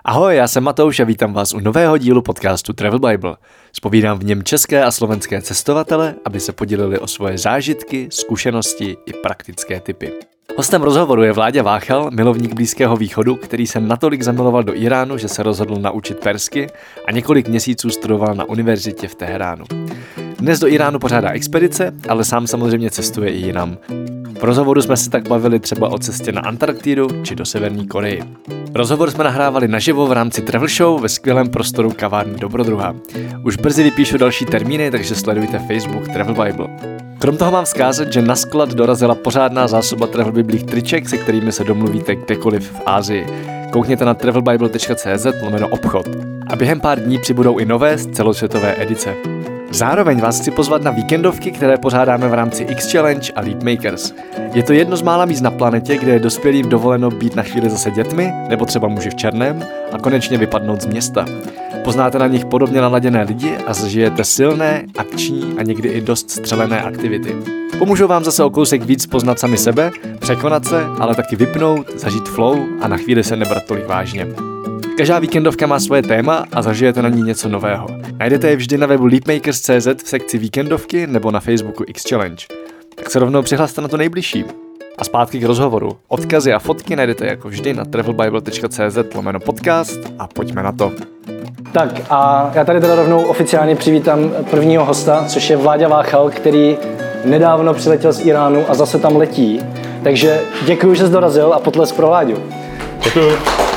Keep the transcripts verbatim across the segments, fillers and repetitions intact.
Ahoj, já jsem Matouš a vítám vás u nového dílu podcastu Travel Bible. Zpovídám v něm české a slovenské cestovatele, aby se podělili o svoje zážitky, zkušenosti i praktické tipy. Hostem rozhovoru je Vláďa Váchal, milovník Blízkého východu, který se natolik zamiloval do Iránu, že se rozhodl naučit persky a několik měsíců studoval na univerzitě v Teheránu. Dnes do Iránu pořádá expedice, ale sám samozřejmě cestuje i jinam. V rozhovoru jsme se tak bavili třeba o cestě na Antarktidu či do Severní Koreji. Rozhovor jsme nahrávali naživo v rámci Travel Show ve skvělém prostoru kavárny Dobrodruha. Už brzy vypíšu další termíny, takže sledujte Facebook Travel Bible. Krom toho mám vzkázat, že na sklad dorazila pořádná zásoba Travel Biblích triček, se kterými se domluvíte kdekoliv v Asii. Koukněte na travelbible tečka cz lomeno obchod. A během pár dní přibudou i nové z celosvětové edice. Zároveň vás chci pozvat na víkendovky, které pořádáme v rámci X-Challenge a Leap Makers. Je to jedno z mála míst na planetě, kde je dospělým dovoleno být na chvíli zase dětmi, nebo třeba muži v černém, a konečně vypadnout z města. Poznáte na nich podobně naladěné lidi a zažijete silné, akční a někdy i dost střelené aktivity. Pomůžou vám zase o kousek víc poznat sami sebe, překonat se, ale taky vypnout, zažít flow a na chvíli se nebrat tolik vážně. Každá víkendovka má svoje téma a zažijete na ní něco nového. Najdete je vždy na webu leapmakers tečka cz v sekci víkendovky nebo na Facebooku X-Challenge. Tak se rovnou přihlaste na to nejbližší. A zpátky k rozhovoru. Odkazy a fotky najdete jako vždy na travelbible tečka cz lomeno podcast a pojďme na to. Tak a já tady teda rovnou oficiálně přivítám prvního hosta, což je Vláďa Váchal, který nedávno přiletěl z Iránu a zase tam letí. Takže děkuji, že jsi dorazil a potlesk pro Vláďu. Děkuji.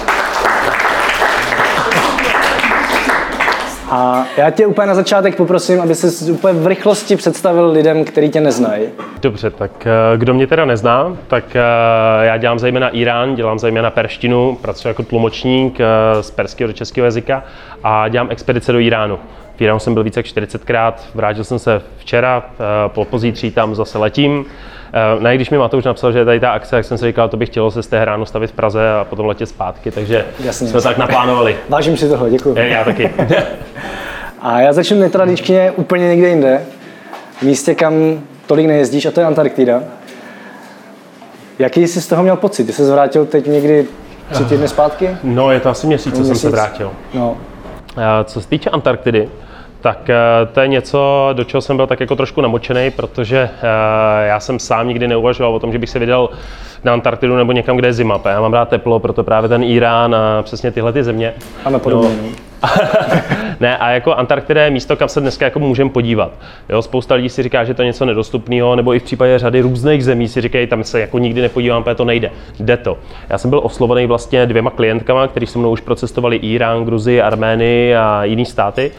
A já tě úplně na začátek poprosím, aby se úplně v rychlosti představil lidem, kteří tě neznají. Dobře, tak kdo mě teda nezná, tak já dělám zejména Irán, dělám zejména perštinu, pracuji jako tlumočník z perského do českého jazyka a dělám expedice do Iránu. V Iránu jsem byl více jak čtyřicetkrát, vrátil jsem se včera, po pozítří tam zase letím. Ne, když mi Matouš napsal, že je tady ta akce, tak jsem si říkal, to bych chtělo se z Teheránu stavit v Praze a potom letět zpátky, takže jasně, jsme jasně. tak naplánovali. Vážím si toho, děkuji. Já taky. A já začnu netradičně úplně někde jinde, v místě, kam tolik nejezdíš, a to je Antarktida. Jaký jsi z toho měl pocit? Jsi se zvrátil teď někdy tři týdny zpátky? No, je to asi měsíc, co jsem se vrátil. No. Co se týče Antarktidy, tak to je něco, do čeho jsem byl tak jako trošku namočený, protože já jsem sám nikdy neuvažoval o tom, že bych se vydal na Antarktidu nebo někam, kde je zima. Já mám rád teplo, proto právě ten Irán a přesně tyhle ty země. Máme podobně. No. Ne, a jako Antarktida je místo, kam se dneska jako můžeme podívat. Jo, spousta lidí si říká, že to je něco nedostupného, nebo i v případě řady různých zemí si říkají, tam se jako nikdy nepodívám, protože to nejde. Jde to. Já jsem byl oslovený vlastně dvěma klientkama, kteří se mnou už procestovali Irán, Gruzii, Arménii a jiný státy.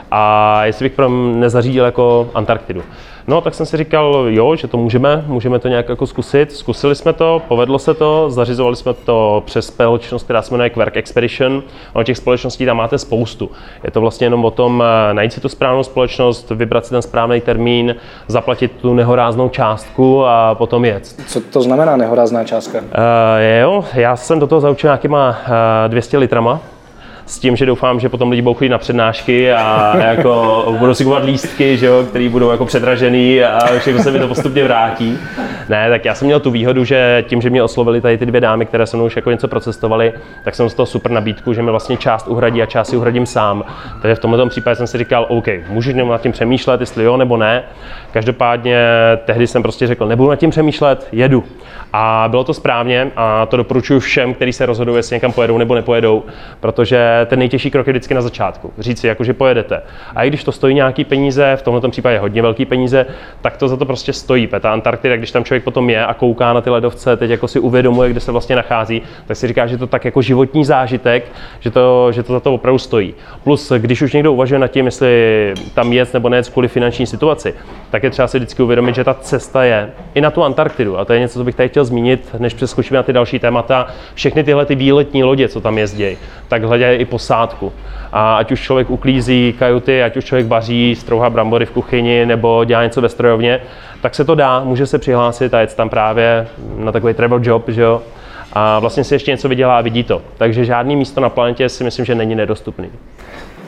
A jestli bych pro mě nezařídil jako Antarktidu. No, tak jsem si říkal, jo, že to můžeme, můžeme to nějak jako zkusit. Zkusili jsme to, povedlo se to, zařizovali jsme to přes společnost, která se jmenuje Quark Expedition. A těch společností tam máte spoustu. Je to vlastně jenom o tom najít si tu správnou společnost, vybrat si ten správný termín, zaplatit tu nehoráznou částku a potom jet. Co to znamená nehorázná částka? Uh, jo, já jsem do toho zaučil nějakýma uh, dvě stě litrama. S tím, že doufám, že potom lidi budou chodit na přednášky a jako budou si kupovat lístky, že jo, který budou jako předražený a všechno se mi to postupně vrátí. Ne, tak já jsem měl tu výhodu, že tím, že mě oslovili tady ty dvě dámy, které se mnou už jako něco procestovaly, tak jsem z toho super nabídku, že mi vlastně část uhradí a část si uhradím sám. Takže v tomto případě jsem si říkal, OK, můžu nad tím přemýšlet, jestli jo nebo ne. Každopádně tehdy jsem prostě řekl, nebudu nad tím přemýšlet, jedu. A bylo to správně a to doporučuji všem, kteří se rozhodují, jestli někam pojedou nebo nepojedou, protože ten nejtěžší krok je vždycky na začátku. Říct si, jako, že pojedete. A i když to stojí nějaký peníze, v tomto případě hodně velký peníze, tak to za to prostě stojí. Ta Antarktida, když tam člověk potom je a kouká na ty ledovce, teď jako si uvědomuje, kde se vlastně nachází, tak si říká, že to tak jako životní zážitek, že to, že to za to opravdu stojí. Plus, když už někdo uvažuje nad tím, jestli tam jet nebo nejet kvůli finanční situaci, tak je třeba si vždycky uvědomit, že ta cesta je i na tu Antarktidu. A to je něco, co bych tady chtěl zmínit, než přeskočíme na ty další témata. Všechny tyhle ty výletní lodě, co tam jezdí, tak hledají i posádku. A ať už člověk uklízí kajuty, ať už člověk vaří, strouhá brambory v kuchyni nebo dělá něco ve strojovně, tak se to dá, může se přihlásit a jet tam právě na takový travel job, že jo? A vlastně si ještě něco vydělá a vidí to. Takže žádný místo na planetě si myslím, že není nedostupný.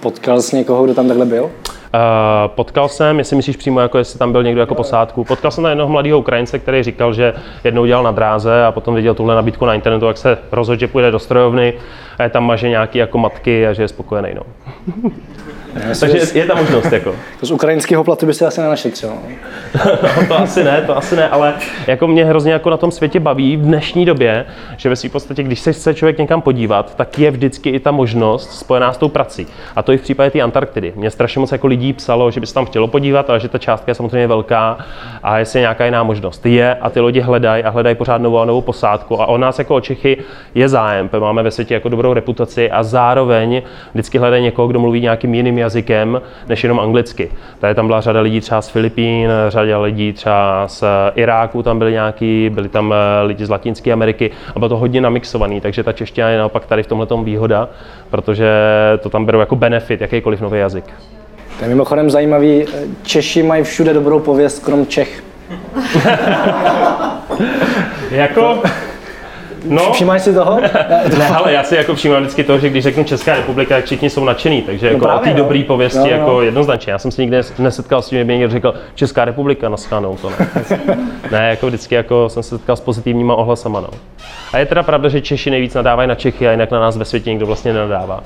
Potkal jsi někoho, kdo tam takhle byl? Uh, potkal jsem, jestli myslíš přímo, jako jestli tam byl někdo jako posádku. Potkal jsem tam jednoho mladého Ukrajince, který říkal, že jednou dělal na dráze a potom viděl tuhle nabídku na internetu, jak se rozhodl, že půjde do strojovny a je tam maže nějaký jako matky a že je spokojený. No. Takže je, je ta možnost. Jako. To z ukrajinského platu byste asi nenašetřil. No, to asi ne, to asi ne, ale jako mě hrozně jako na tom světě baví v dnešní době, že ve svým podstatě, když se chce člověk někam podívat, tak je vždycky i ta možnost spojená s tou prací. A to i v případě té Antarktidy. Mě strašně moc jako lidí psalo, že by se tam chtělo podívat, ale že ta částka je samozřejmě velká a jestli je nějaká jiná možnost. Je a ty lidi hledají a hledají pořád novou a novou posádku. A o nás jako o Čechy je zájem, máme ve světě jako dobrou reputaci a zároveň vždycky hledají někoho, kdo mluví nějakým jiným jazykem než jenom anglicky. Tady tam byla řada lidí třeba z Filipín, řada lidí třeba z Iráku, tam byli nějaký, byli tam lidi z Latinské Ameriky a bylo to hodně namixovaný, takže ta čeština je naopak tady v tomhletom výhoda, protože to tam berou jako benefit, jakýkoliv nový jazyk. To je mimochodem zajímavý, Češi mají všude dobrou pověst, krom Čech. Jako... No, Všimáš si toho? Ne, ale já si jako všímám vždycky toho, že když řeknu Česká republika, tak všichni jsou nadšený, takže jako no o té no. dobré pověsti no, no. jako jednoznačně. Já jsem se nikdy nesetkal s tím, že by někdo řekl Česká republika, naschánou to ne. Ne, jako vždycky jako jsem se setkal s pozitivníma ohlasama, no. A je teda pravda, že Češi nejvíc nadávají na Čechy a jinak na nás ve světě nikdo vlastně nenadává.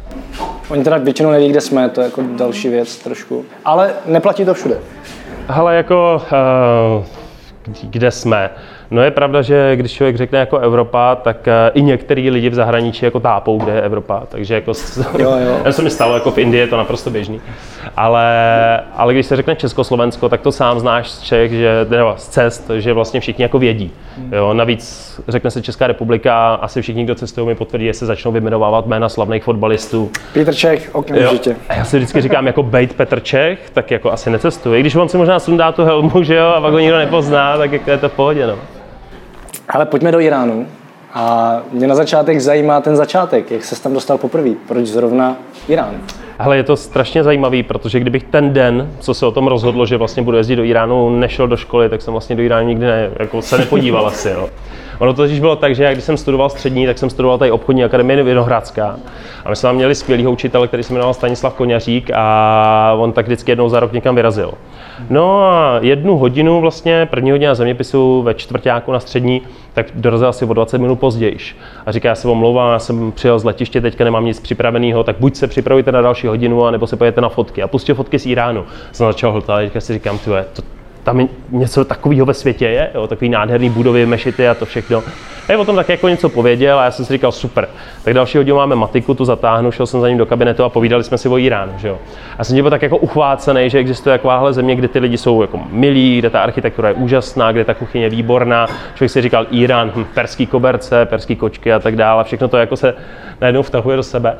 Oni teda většinou neví, kde jsme, to je jako další věc trošku. Ale neplatí to všude. Hele, jako uh, kde jsme? No je pravda, že když člověk řekne jako Evropa, tak uh, i některý lidi v zahraničí jako tápou, kde je Evropa, takže jako jo, jo. Já se mi stalo, jako v Indii je to naprosto běžný. Ale, ale když se řekne Československo, tak to sám znáš z Čech, že, nebo z cest, že vlastně všichni jako vědí. Jo, navíc řekne se Česká republika, asi všichni, kdo cestují, mi potvrdí, že se začnou vyjmenovávat jména slavných fotbalistů. Petr Čech, okamžitě. A já si vždycky říkám, jako bejt Petr Čech, tak jako asi necestuje. I když on si možná sundá tu helmu, že jo, a pak ho nikdo nepozná, tak jako je to v pohodě, no. Ale pojďme do Iránu. A mě na začátek zajímá ten začátek, jak ses tam dostal poprvé, proč zrovna Irán? Hele, je to strašně zajímavý, protože kdybych ten den, co se o tom rozhodlo, že vlastně budu jezdit do Iránu, nešel do školy, tak jsem vlastně do Iránu nikdy ne, jako se nepodíval asi, jo. Ono to totiž bylo tak, že já, když jsem studoval střední, tak jsem studoval tady obchodní akademie Vinohradská. A my jsme tam měli skvělýho učitele, který se jmenoval Stanislav Koňařík a on tak vždycky jednou za rok někam vyrazil. No a jednu hodinu vlastně, první hodina zeměpisu ve čtvrťáku na střední, tak dorazil asi o dvacet minut pozdějiš. A říká, já se omlouvám, já jsem přijel z letiště, teďka nemám nic připraveného, tak buď se připravujte na další hodinu, anebo se pojedete na fotky. A pustil fotky z Iránu. Jsem začal hltat, teďka si říkám, tyhle, to tam něco takového ve světě je, jo, takový nádherný budovy, mešity a to všechno. A o tom tak jako něco pověděl a já jsem si říkal, super. Tak další hodinu máme matiku, tu zatáhnu, šel jsem za ním do kabinetu a povídali jsme si o Iránu, že jo. A jsem byl tak jako uchvácený, že existuje takováhle země, kde ty lidi jsou jako milí, kde ta architektura je úžasná, kde ta kuchyně je výborná. Člověk si říkal Irán, hm, perský koberce, perský kočky a tak dále. Všechno to jako se najednou vtahuje do sebe.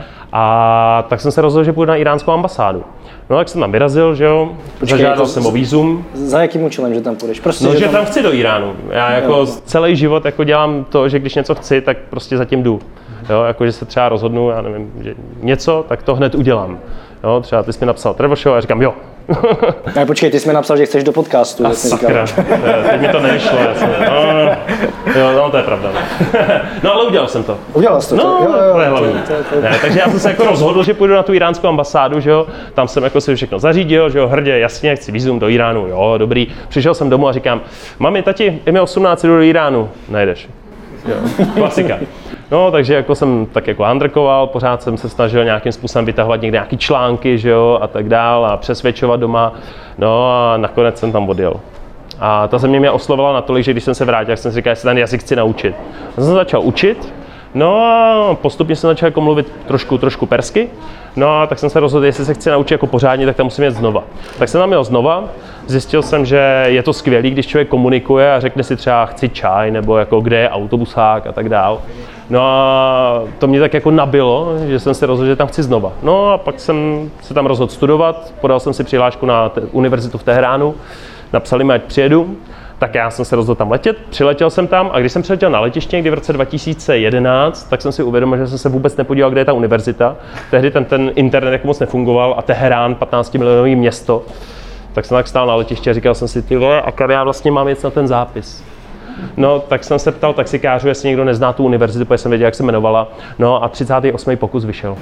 A tak jsem se rozhodl, že půjdu na iránskou ambasádu. No, tak jsem tam vyrazil, že jo, zažádal jsem o vízum. Za jakým účelem, že tam půjdeš? Prostě, no, že, že tam... tam chci do Iránu. Já jako jo. celý život jako dělám to, že když něco chci, tak prostě zatím jdu. Jo, jako že se třeba rozhodnu, já nevím, že něco, tak to hned udělám. Jo, třeba ty jsi mi napsal Travel Show a já říkám jo. Ne, počkej, ty jsi mi napsal, že chceš do podcastu. A sakra, teď mi to nevyšlo. No, jo, no, to je pravda. No, ale udělal jsem to. Udělal jsi to? No, jo, jo, to je hlavní. Ne, takže já jsem se jako rozhodl, že půjdu na tu iránskou ambasádu, že jo. Tam jsem jako si všechno zařídil, že jo, hrdě, jasně, chci vízum do Iránu, jo, dobrý. Přišel jsem domů a říkám, mami, tati, je mi osmnáct, jdu do Iránu. Nejdeš. Jo, klasika. No, takže jako jsem tak jako handrkoval, pořád jsem se snažil nějakým způsobem vytahovat někde nějaký články, že jo, a tak dál a přesvědčovat doma. No a nakonec jsem tam odjel. A ta země mě oslovila natolik, že když jsem se vrátil, jsem si říkal, že se ten jazyk chci naučit. A jsem začal učit, no a postupně jsem začal jako mluvit trošku, trošku persky. No a tak jsem se rozhodl, jestli se chci naučit jako pořádně, tak tam musím jet znova. Tak jsem tam jel znova, zjistil jsem, že je to skvělý, když člověk komunikuje a řekne si třeba chci čaj, nebo jako kde je autobusák a tak dál. No a to mě tak jako nabilo, že jsem se rozhodl, že tam chci znova. No a pak jsem se tam rozhodl studovat, podal jsem si přihlášku na te- univerzitu v Teheránu, napsali mi, ať přijedu. Tak já jsem se rozhodl tam letět, přiletěl jsem tam a když jsem přiletěl na letiště někdy v roce dva tisíce jedenáct, tak jsem si uvědomil, že jsem se vůbec nepodíval, kde je ta univerzita. Tehdy ten, ten internet jako moc nefungoval a Teherán, patnáctimilionový město, tak jsem tak stál na letiště a říkal jsem si, ty vole, a kam já vlastně mám jet na ten zápis. No, tak jsem se ptal taxikářů, jestli někdo nezná tu univerzitu, protože jsem věděl, jak se jmenovala. No a třicátý osmý pokus vyšel.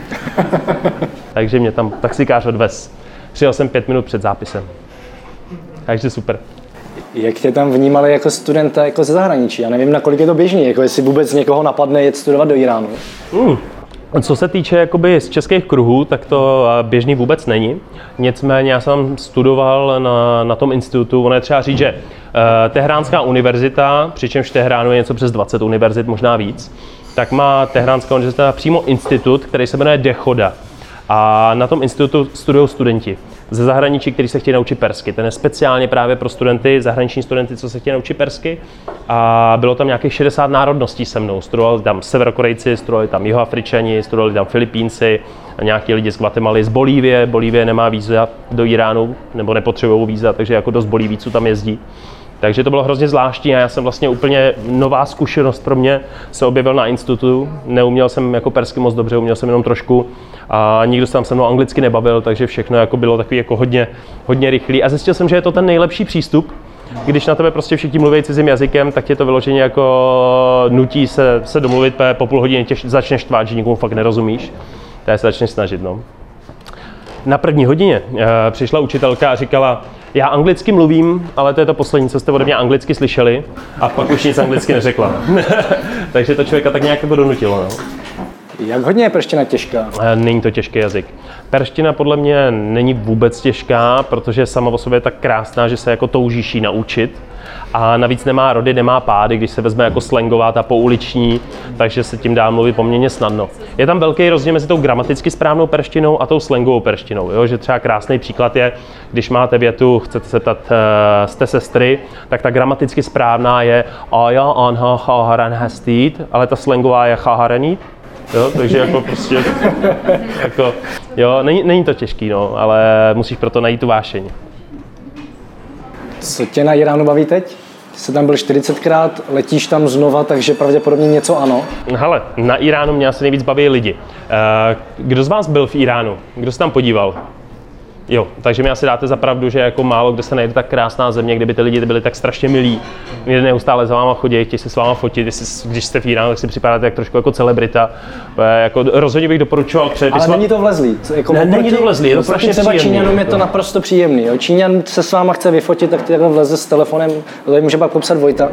Takže mě tam taxikář odvez. Přijel jsem pět minut před zápisem. Takže super. Jak tě tam vnímali jako studenta jako ze zahraničí? Já nevím, nakolik je to běžný, jako jestli vůbec někoho napadne jet studovat do Iránu. Mm. Co se týče jakoby z českých kruhů, tak to běžný vůbec není. Nicméně já jsem studoval na, na tom institutu, ono je třeba říct, že uh, Tehránská univerzita, přičemž v Tehránu je něco přes dvacet univerzit, možná víc, tak má Tehránská univerzita přímo institut, který se jmenuje Dechoda. A na tom institutu studují studenti ze zahraničí, kteří se chtějí naučit persky. Ten je speciálně právě pro studenty, zahraniční studenty, co se chtějí naučit persky. A bylo tam nějakých šedesát národností se mnou. Studovali tam Severokorejci, studovali tam Jihoafričani, studovali tam Filipínci, nějaký lidi z Guatemaly, z Bolívie. Bolívie nemá víza do Iránu, nebo nepotřebují víza, takže jako dost Bolívíců tam jezdí. Takže to bylo hrozně zvláštní a já jsem vlastně úplně nová zkušenost pro mě se objevil na institutu. Neuměl jsem jako persky moc dobře, uměl jsem jenom trošku a nikdo se tam se mnou anglicky nebavil, takže všechno jako bylo takový jako hodně, hodně rychlý. A zjistil jsem, že je to ten nejlepší přístup. Když na tebe prostě všichni mluví cizím jazykem, tak tě to vyloženě jako nutí se, se domluvit, po půl hodině tě začneš tvát, že nikomu fakt nerozumíš. Tak se začneš snažit, no. Na první hodině e, přišla učitelka a říkala, já anglicky mluvím, ale to je to poslední, co jste ode mě anglicky slyšeli, a pak už nic anglicky neřekla. Takže to člověka tak nějak jako donutilo. No. Jak hodně je perština těžká? Není to těžký jazyk. Perština podle mě není vůbec těžká, protože sama o sobě je tak krásná, že se jako toužíš jí naučit. A navíc nemá rody, nemá pády, když se vezme jako slangová, ta pouliční, takže se tím dá mluvit poměrně snadno. Je tam velký rozdíl mezi tou gramaticky správnou perštinou a tou slangovou perštinou. Jo? Že třeba krásný příklad je, když máte větu, chcete se ptat, uh, jste sestry, tak ta gramaticky správná je aja, anha, chaharan hastít, ale ta slangová je chaharanít. Jo, takže jako prostě, jako, jo, není, není to těžký, no, ale musíš proto najít tu vášeň. Co tě na Iránu baví teď? Ty jsi tam byl čtyřicetkrát, letíš tam znova, takže pravděpodobně něco ano. Hele, na Iránu mě asi nejvíc baví lidi. Kdo z vás byl v Iránu? Kdo se tam podíval? Jo, takže mi asi dáte za pravdu, že jako málo kde se najde tak krásná země, kde by ty lidi byli tak strašně milí. Mě neustále za váma chodí, chtějí se s váma fotit, když jste v Iránu, tak si připadáte jak trošku jako celebrita. Jako rozhodně bych doporučoval předepisovat. Ale není to vlezlý. Jako ne, není to vlezlý, je to strašně třeba příjemný. Číňanům je to naprosto příjemný. Jo. Číňan se s váma chce vyfotit, tak ty takhle vleze s telefonem, tady může pak popsat Vojta.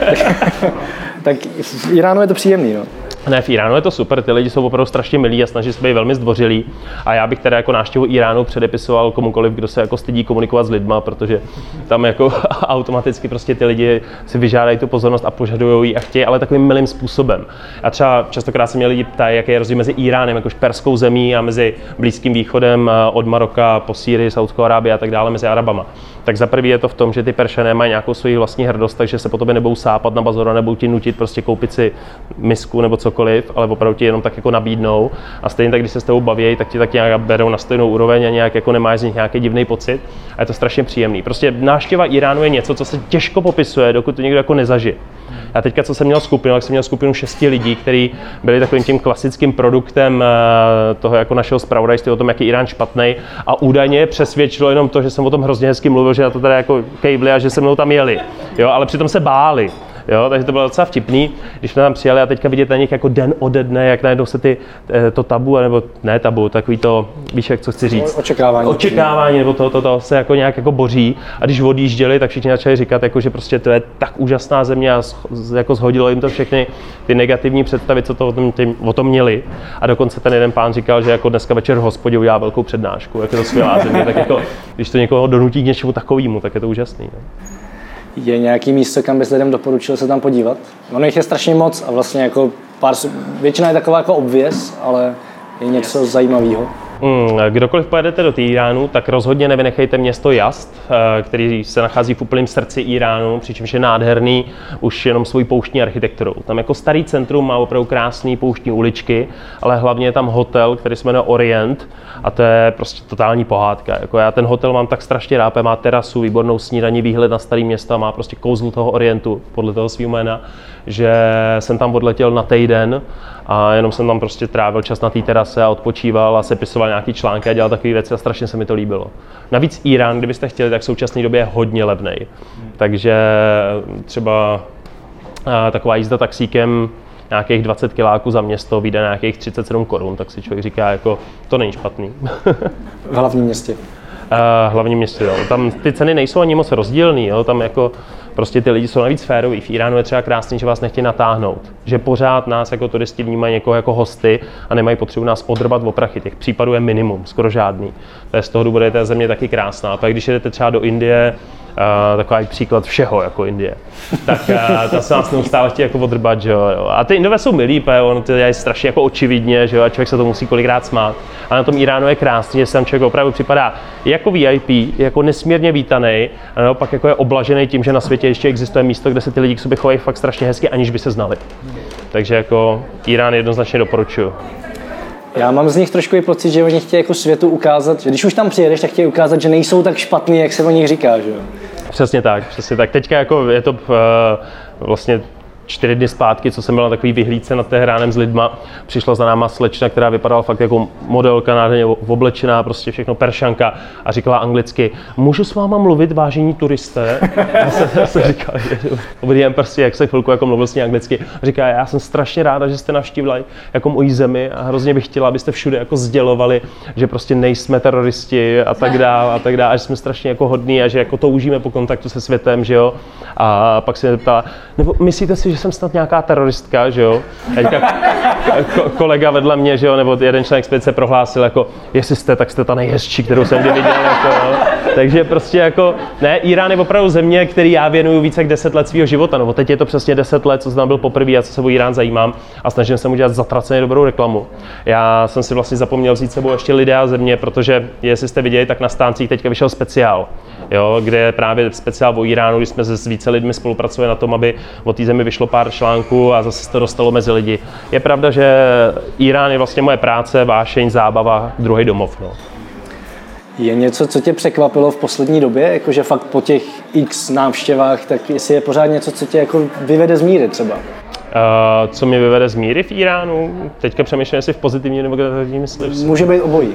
Tak v Iránu je to příjemný. No. Ne, v Iránu je to super, ty lidi jsou opravdu strašně milí a snaží se být velmi zdvořilí. A já bych teda jako návštěvu Iránu předepisoval komukoliv, kdo se jako stydí komunikovat s lidma, protože tam jako automaticky prostě ty lidi si vyžádají tu pozornost a požadují ji a chtějí, ale takovým milým způsobem. A třeba častokrát se mě lidi ptají, jaký je rozdíl mezi Iránem, jakož perskou zemí, a mezi Blízkým východem od Maroka po Sýrii, Saudskou Arábii a tak dále, mezi Arabama. Tak za prvý je to v tom, že ty Peršané mají nějakou svoji vlastní hrdost, takže se po tobě nebudou sápat na bazoru, nebudou ti nutit prostě koupit si misku nebo cokoliv, ale opravdu ti jenom tak jako nabídnou. A stejně tak, když se s tebou baví, tak ti tak nějak berou na stejnou úroveň a nějak jako nemáš z nich nějaký divný pocit. A je to strašně příjemný. Prostě návštěva Iránu je něco, co se těžko popisuje, dokud to někdo jako nezažije. Já teďka, co jsem měl skupinu, tak jsem měl skupinu šesti lidí, kteří byli takovým tím klasickým produktem toho jako našeho zpravodajství o tom, jak je Irán špatný, a údajně je přesvědčilo jenom to, že jsem o tom hrozně hezky mluvil, že na to teda jako kejvli a že se mnou tam jeli, jo, ale přitom se báli. Jo, takže to bylo docela vtipný, když jsme tam přijeli a teďka vidět na nich jako den ode dne, jak najednou se ty, to tabu, nebo ne tabu, takový to, víš, jak co chci říct. Očekávání. Očekávání, nebo to, to, to se jako nějak jako boří, a když odjížděli, tak všichni začali říkat, jako, že prostě to je tak úžasná země a jako zhodilo jim to všechny ty negativní představy, co to o tom, tím, o tom měli. A dokonce ten jeden pán říkal, že jako dneska večer v hospodě udělá velkou přednášku, jak je to skvělá země, tak jako, když to někoho donutí k něčemu takovému, tak je to úžasný. Ne? Je nějaký místo, kam bys lidem doporučil se tam podívat? Ono jich je strašně moc a vlastně jako pár, většina je taková jako obvěz, ale je něco zajímavého. Hmm, kdokoliv pojedete do Iránu, tak rozhodně nevynechejte město Yazd, který se nachází v úplném srdci Iránu, přičemž je nádherný už jenom svojí pouštní architekturou. Tam jako starý centrum má opravdu krásné pouštní uličky, ale hlavně je tam hotel, který se jmenuje Orient, a to je prostě totální pohádka. Jako já ten hotel mám tak strašně rád, má terasu, výbornou snídaní, výhled na staré město a má prostě kouzlu toho Orientu podle toho svého jména, že jsem tam odletěl na týden a jenom jsem tam prostě trávil čas na té terase a odpočíval a sepisoval nějaký články a dělal takové věci a strašně se mi to líbilo. Navíc Irán, kdybyste chtěli, tak v současné době je hodně levnej. Takže třeba taková jízda taxíkem nějakých dvacet kiláků za město vyjde na nějakých třicet sedm korun, tak si člověk říká, jako to není špatný. V hlavním městě. Uh, hlavním městě, jo. Tam ty ceny nejsou ani moc rozdílný, jo. Tam jako prostě ty lidi jsou navíc féroví. V Iránu je třeba krásný, že vás nechtějí natáhnout. Že pořád nás jako turisti vnímají někoho jako hosty a nemají potřebu nás odrbat v prachy. Těch případů je minimum, skoro žádný. To je z toho důvodu, je ta země taky krásná. A pak když jdete třeba do Indie, Uh, takový příklad všeho jako Indie. Tak uh, ta se nás neustále chtějí jako odrbat, že jo. A ty Indové jsou milí, ono to je strašně jako očividně, že jo, a člověk se to musí kolikrát smát. A na tom Iránu je krásný, že se tam člověk opravdu připadá jako V I P, jako nesmírně vítaný, a naopak jako je oblažený tím, že na světě ještě existuje místo, kde se ty lidi k sobě chovají fakt strašně hezky, aniž by se znali. Takže jako Irán jednoznačně doporučuju. Já mám z nich trošku i pocit, že oni chtějí jako světu ukázat, že když už tam přijedeš, tak chtějí ukázat, že nejsou tak špatný, jak se o nich říká, že jo? Přesně tak, přesně tak. Teďka jako je to uh, vlastně čtyři dny zpátky, co jsem byl na takový vyhlídce nad Teheránem s lidma, přišla za náma slečna, která vypadala fakt jako modelka, nádherně oblečená, prostě všechno peršanka a říkala anglicky, můžu s váma mluvit, vážení turisté? Já jsem, já jsem říkal, dobrý den, prostě, jak se chvilku jako mluvil s ní anglicky. A říká, já jsem strašně ráda, že jste navštívili jako moji zemi a hrozně bych chtěla, abyste všude jako sdělovali, že prostě nejsme teroristi a tak dále a tak dále, a že jsme strašně jako hodní a že jako toužíme po kontaktu se světem, že jo. A pak se mě ptala, nebo myslíte si, že jsem snad nějaká teroristka, že jo? Teďka kolega vedle mě, že jo, nebo jeden člen expedice prohlásil jako, jestli jste, tak jste ta nejhezčí, kterou jsem kdy viděl, jako, takže prostě jako, ne, Irán je opravdu země, který já věnuju více jak deset let svého života, no, teď je to přesně deset let, co jsem tam byl poprvé a co se o Irán zajímám a snažím se mu dělat zatraceně dobrou reklamu. Já jsem si vlastně zapomněl vzít sebou ještě lidé a země, protože jestli jste viděli, tak na stáncích teďka vyšel speciál, jo, kde je právě speciál o Iránu, kdy jsme se s více lidmi spolupracovali na tom, aby o té zemi vyšlo pár článků a zase se to dostalo mezi lidi. Je pravda, že Irán je vlastně moje práce, vášeň, zábava, druhý domov. No. Je něco, co tě překvapilo v poslední době, jakože fakt po těch x návštěvách, tak jestli je pořád něco, co tě jako vyvede z míry třeba? Uh, co mě vyvede z míry v Iránu? Teďka přemýšlím, jestli v pozitivní nebo negativní myslíš. Může být obojí.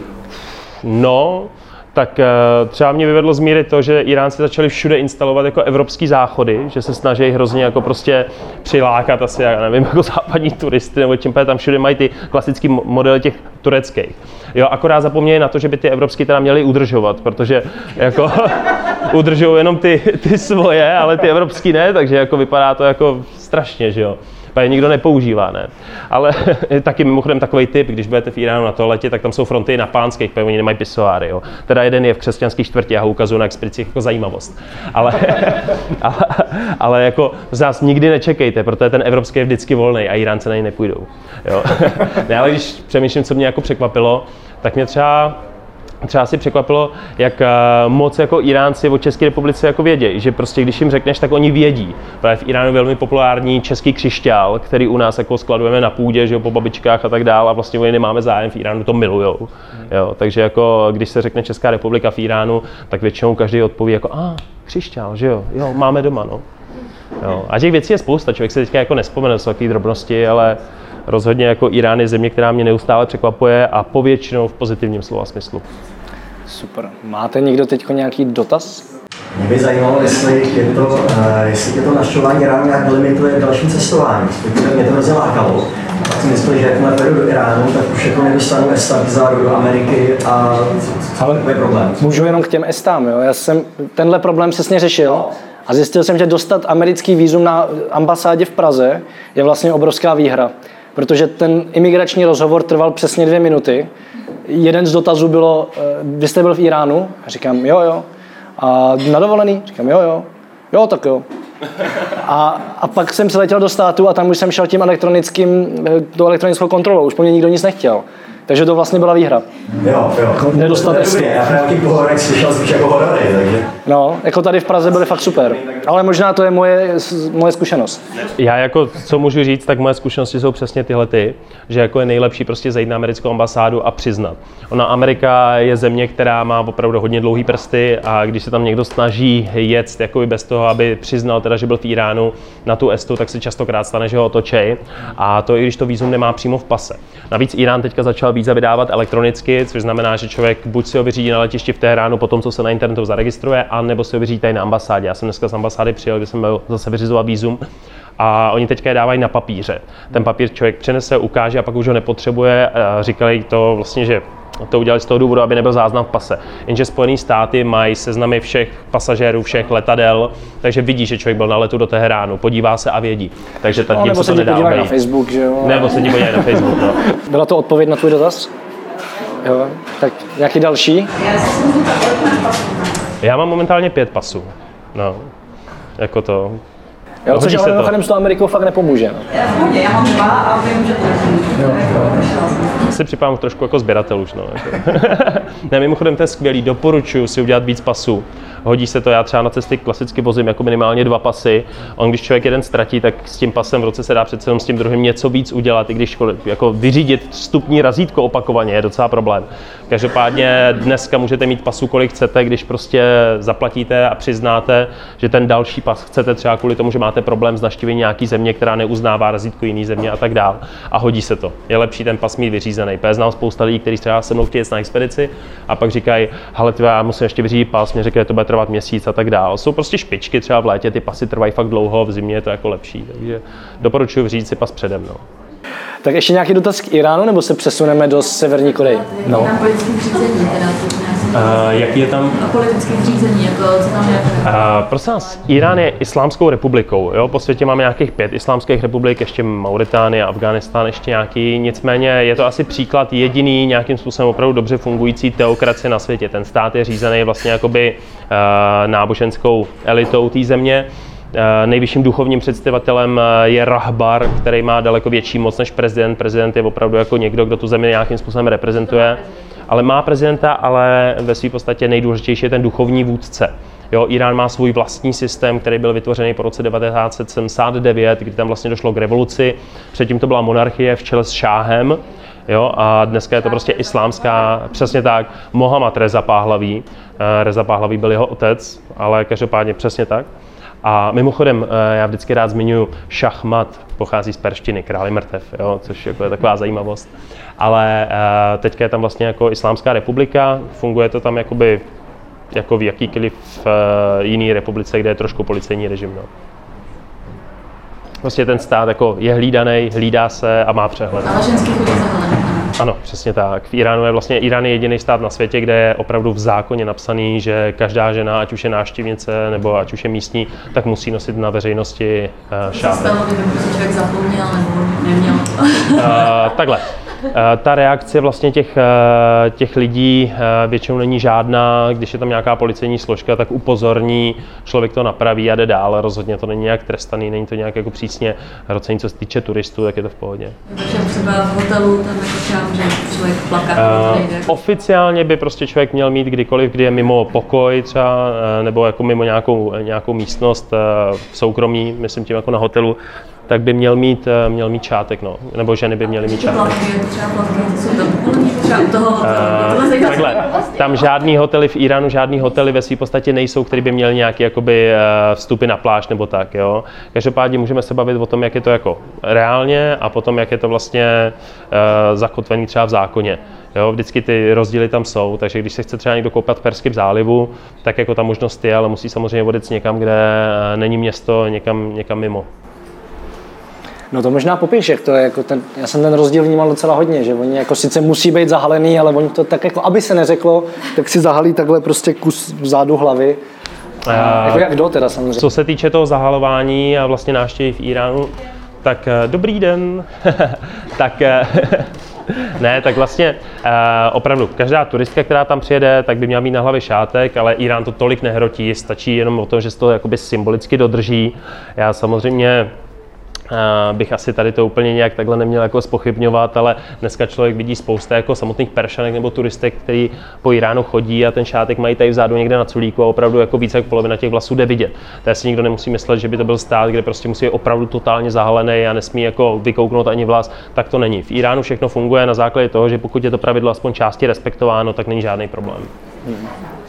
No, tak třeba mě vyvedlo z míry to, že Iránci začali všude instalovat jako evropský záchody, že se snaží hrozně jako prostě přilákat asi, já nevím, jako západní turisty, nebo čím tam všude mají ty klasické modely těch tureckých. Jo, akorát zapomněli na to, že by ty evropský teda měli udržovat, protože jako udržují jenom ty, ty svoje, ale ty evropský ne, takže jako vypadá to jako strašně, že jo. Protože nikdo nepoužívá, ne? Ale taky mimochodem takový tip, když budete v Iránu na toaletě, tak tam jsou fronty na pánských, protože oni nemají pisoáry, jo. Teda jeden je v křesťanských čtvrti, já ho ukazuju na expedicích jako zajímavost. Ale, ale, ale jako z nás nikdy nečekejte, protože ten evropský je vždycky volný a Iránce na něj nepůjdou, jo. Ne, ale když přemýšlím, co mě jako překvapilo, tak mě třeba Třeba si překvapilo, jak moc jako Iránci o České republice jako vědějí, že prostě když jim řekneš, tak oni vědí. Právě v Iránu je velmi populární český křišťál, který u nás jako skladujeme na půdě, že jo, po babičkách a tak dále, a vlastně oni nemáme zájem, v Iránu to milujou. Jo, takže jako když se řekne Česká republika v Iránu, tak většinou každý odpoví jako a křišťál, že jo, jo, máme doma, no. Jo. A těch věcí je spousta, člověk se teďka jako nevzpomene, jsou takové drobnosti, ale rozhodně jako Irán je země, která mě neustále překvapuje a povětšinou v pozitivním slova smyslu. Super. Máte někdo teď nějaký dotaz? Mě by zajímalo, jestli tě to, jestli tě to navštěvování Iránu nějak limituje dalším cestování. Mě to hrozně lákalo. Tak jsem myslel, že jakmile pojedu do Iránu, tak už jako nedostanu ESTA víza do Ameriky a ale to je problém. Můžu jenom k těm ESTám, jo? Já jsem tenhle problém přesně řešil a zjistil jsem, že dostat americký vízum na ambasádě v Praze je vlastně obrovská výhra. Protože ten imigrační rozhovor trval přesně dvě minuty. Jeden z dotazů bylo, vy jste byl v Iránu? A říkám, jo, jo. A na dovolený? Říkám, jo, jo. Jo, tak jo. A, a pak jsem se letěl do státu a tam už jsem šel tím elektronickým, do elektronickou kontrolou. Už po mě nikdo nic nechtěl. Takže to vlastně byla výhra. Jo, jo. Nedostat ESTA. Já právě v těch pohovorech slyšel spíš jako horory, takže... No, jako tady v Praze byly fakt super. Ale možná to je moje, moje zkušenost. Já jako, co můžu říct, tak moje zkušenosti jsou přesně tyhle ty, že jako je nejlepší prostě zajít na americkou ambasádu a přiznat. Ona Amerika je země, která má opravdu hodně dlouhý prsty a když se tam někdo snaží jet jako bez toho, aby přiznal teda, že byl v Iránu na tu ESTu, tak se častokrát stane, že ho otočej. A to i když to vízum nemá přímo v pase. Navíc Irán teďka začal víza vydávat elektronicky, což znamená, že člověk buď si ho vyřídí na letišti v Teheránu po tom, co se na internetu zaregistruje, a nebo si ho vyřídí tady na ambasádě. Já jsem dneska z ambasády přijel, kde jsem byl zase vyřizovat vízum A oni teďka je dávají na papíře. Ten papír člověk přinese, ukáže a pak už ho nepotřebuje. Říkali to vlastně, že to udělali z toho důvodu, aby nebyl záznam v pase. Jenže Spojené státy mají seznamy všech pasažérů, všech letadel, takže vidí, že člověk byl na letu do Teheránu, podívá se a vědí. Takže tak no, se to nedá obejít. Na Facebook, že jo? Nebo se ti podívají na Facebook, no. Byla to odpověď na tvůj dotaz? Jo, tak nějaký další? Já mám momentálně pět pasů, no, jako to. Jo, což ale mimochodem s tou Amerikou fakt nepomůže. No. Já v pohodě, já mám dva a vím, že to nepomůže. Si připadám trošku jako sběratel už, no. Jako. Ne, mimochodem to je skvělý, doporučuji si udělat víc pasů. Hodí se to, já třeba na cesty klasicky vozím jako minimálně dva pasy. On, když člověk jeden ztratí, tak s tím pasem v roce se dá přece jenom s tím druhým něco víc udělat, i když jako vyřídit vstupní razítko opakovaně je docela problém. Každopádně dneska můžete mít pasů, kolik chcete, když prostě zaplatíte a přiznáte, že ten další pas chcete třeba kvůli tomu, že máte problém s navštívením nějaký země, která neuznává razítko jiný země a tak dál. A hodí se to. Je lepší ten pas mít vyřízený. Protože znám spousta lidí, kteří třeba se mnou chtějí na expedici a pak říkají, hele, já musím ještě vyřídit pas, mě řekne, to bude trvat měsíc a tak dál. Jsou prostě špičky, třeba v létě ty pasy trvají fakt dlouho, v zimě je to jako lepší. Takže doporučuji vyřídit si pas předem. No. Tak ještě nějaký dotaz k Iránu, nebo se přesuneme do Severní Koreje? No. Tam politické řízení, teda. Uh, jaký je tam? Politické řízení, jako co tam je? Uh, prosím vás, Irán je islámskou republikou, jo? Po světě máme nějakých pět islámských republik, ještě Mauritánie, Afghánistán, ještě nějaký, nicméně je to asi příklad jediný nějakým způsobem opravdu dobře fungující teokracie na světě. Ten stát je řízený vlastně jakoby uh, náboženskou elitou té země. Nejvyšším duchovním představitelem je rahbar, který má daleko větší moc než prezident. Prezident je opravdu jako někdo, kdo tu zemi nějakým způsobem reprezentuje. Ale má prezidenta, ale ve své podstatě nejdůležitější je ten duchovní vůdce. Jo, Irán má svůj vlastní systém, který byl vytvořený po roce devatenáct set sedmdesát devět, kdy tam vlastně došlo k revoluci. Předtím to byla monarchie v čele s šáhem. Jo, a dneska je to prostě islámská, přesně tak, Mohammad Reza Pahlaví. Reza Pahlaví byl jeho otec, ale každopádně přesně tak. A mimochodem, já vždycky rád zmiňuji Šachmat, pochází z perštiny, králi mrtev, jo, což jako je taková zajímavost. Ale teďka je tam vlastně jako islámská republika, funguje to tam jakoby, jako v jakýkoliv jiný republice, kde je trošku policejní režim. No. Prostě ten stát jako je hlídaný, hlídá se a má přehled. Ale ženský chodí zahalený. Ano, přesně tak. V Iránu je vlastně Irán je jediný stát na světě, kde je opravdu v zákoně napsaný, že každá žena, ať už je návštěvnice nebo ať už je místní, tak musí nosit na veřejnosti uh, šátek. Co se stalo, kdyby prostě člověk zapomněl nebo neměl? uh, takhle. Ta reakce vlastně těch, těch lidí většinou není žádná, když je tam nějaká policejní složka, tak upozorní, člověk to napraví a jde dál, rozhodně to není nějak trestaný, není to nějak jako přísně hrocení, co se týče turistů, tak je to v pohodě. Takže třeba v hotelu tam jako že člověk plaká, to nejde. Uh, oficiálně by prostě člověk měl mít kdykoliv, kdy je mimo pokoj třeba, nebo jako mimo nějakou, nějakou místnost v soukromí, myslím tím jako na hotelu, tak by měl mít, měl mít šátek, no. Nebo ženy by měly mít šátek. Plavky, třeba plavky, jsou tam povolení třeba u toho hotelu. Uh, takhle, tam žádný hotely v Iránu, žádný hotely ve své podstatě nejsou, který by měl nějaký jakoby vstupy na pláž nebo tak, jo. Každopádně můžeme se bavit o tom, jak je to jako reálně a potom, jak je to vlastně uh, zakotvený třeba v zákoně. Jo, vždycky ty rozdíly tam jsou, takže když se chce třeba někdo koupat v Perském zálivu, tak jako ta možnost je, ale musí samozřejmě vodit někam, kde není město, někam, někam mimo. No to možná popiš, jak to je, jako ten, já jsem ten rozdíl vnímal docela hodně, že oni jako sice musí být zahalený, ale oni to tak jako, aby se neřeklo, tak si zahalí takhle prostě kus vzadu hlavy. A, jako jak kdo teda samozřejmě. Co se týče toho zahalování a vlastně návštěvy v Iránu, tak dobrý den, tak ne, tak vlastně uh, opravdu každá turistka, která tam přijede, tak by měla mít na hlavě šátek, ale Irán to tolik nehrotí, stačí jenom o tom, že se to jakoby symbolicky dodrží. Já samozřejmě Uh, bych asi tady to úplně nějak takhle neměl jako zpochybňovat, ale dneska člověk vidí spousta jako samotných Peršanek nebo turistek, který po Iránu chodí a ten šátek mají tady vzadu někde na culíku a opravdu jako více jak polovina těch vlasů jde vidět. Takže si nikdo nemusí myslet, že by to byl stát, kde prostě musí být opravdu totálně zahalený a nesmí jako vykouknout ani vlas, tak to není. V Iránu všechno funguje na základě toho, že pokud je to pravidlo aspoň části respektováno, tak není žádný problém. Hmm.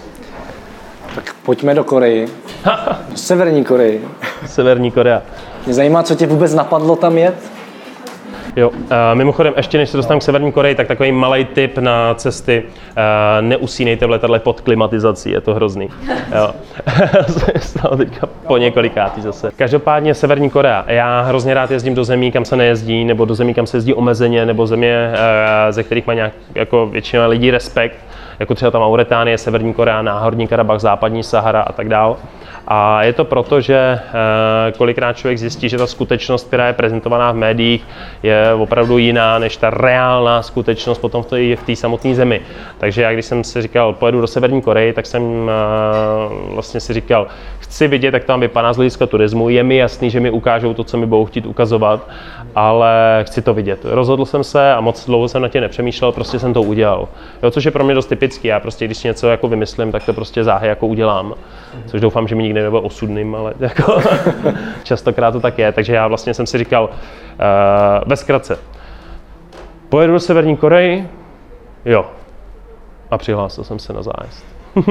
Tak pojďme do Koreji. Do Severní Koreji. Severní Korea. Mě zajímá, co tě vůbec napadlo tam jet? Jo, uh, mimochodem, ještě než se dostanu k Severní Koreji, tak takový malý tip na cesty. Uh, neusínejte v letadle pod klimatizací, je to hrozný. Jo. Stalo teďka po několikátý zase. Každopádně Severní Korea. Já hrozně rád jezdím do zemí, kam se nejezdí, nebo do zemí, kam se jezdí omezeně, nebo země, uh, ze kterých má nějak jako většina lidí respekt, jako třeba ta Mauritánie, Severní Korea, Náhorní Karabach, Západní Sahara a tak dál. A je to proto, že kolikrát člověk zjistí, že ta skutečnost, která je prezentovaná v médiích, je opravdu jiná než ta reálná skutečnost potom v té samotné zemi. Takže já, když jsem si říkal, pojedu do Severní Koreji, tak jsem vlastně si říkal, chci vidět, jak tam vypadá z hlediska turismu. Je mi jasný, že mi ukážou to, co mi budou chtít ukazovat, ale chci to vidět. Rozhodl jsem se a moc dlouho jsem na tě nepřemýšlel, prostě jsem to udělal. Jo, což je pro mě dost typický. Já prostě, když něco jako vymyslím, tak to prostě záhy jako udělám. Což doufám, že mi nikdy nebude osudným, ale jako častokrát to tak je. Takže já vlastně jsem si říkal, uh, ve zkratce, pojedu do Severní Koreji? Jo. A přihlásil jsem se na zájezd.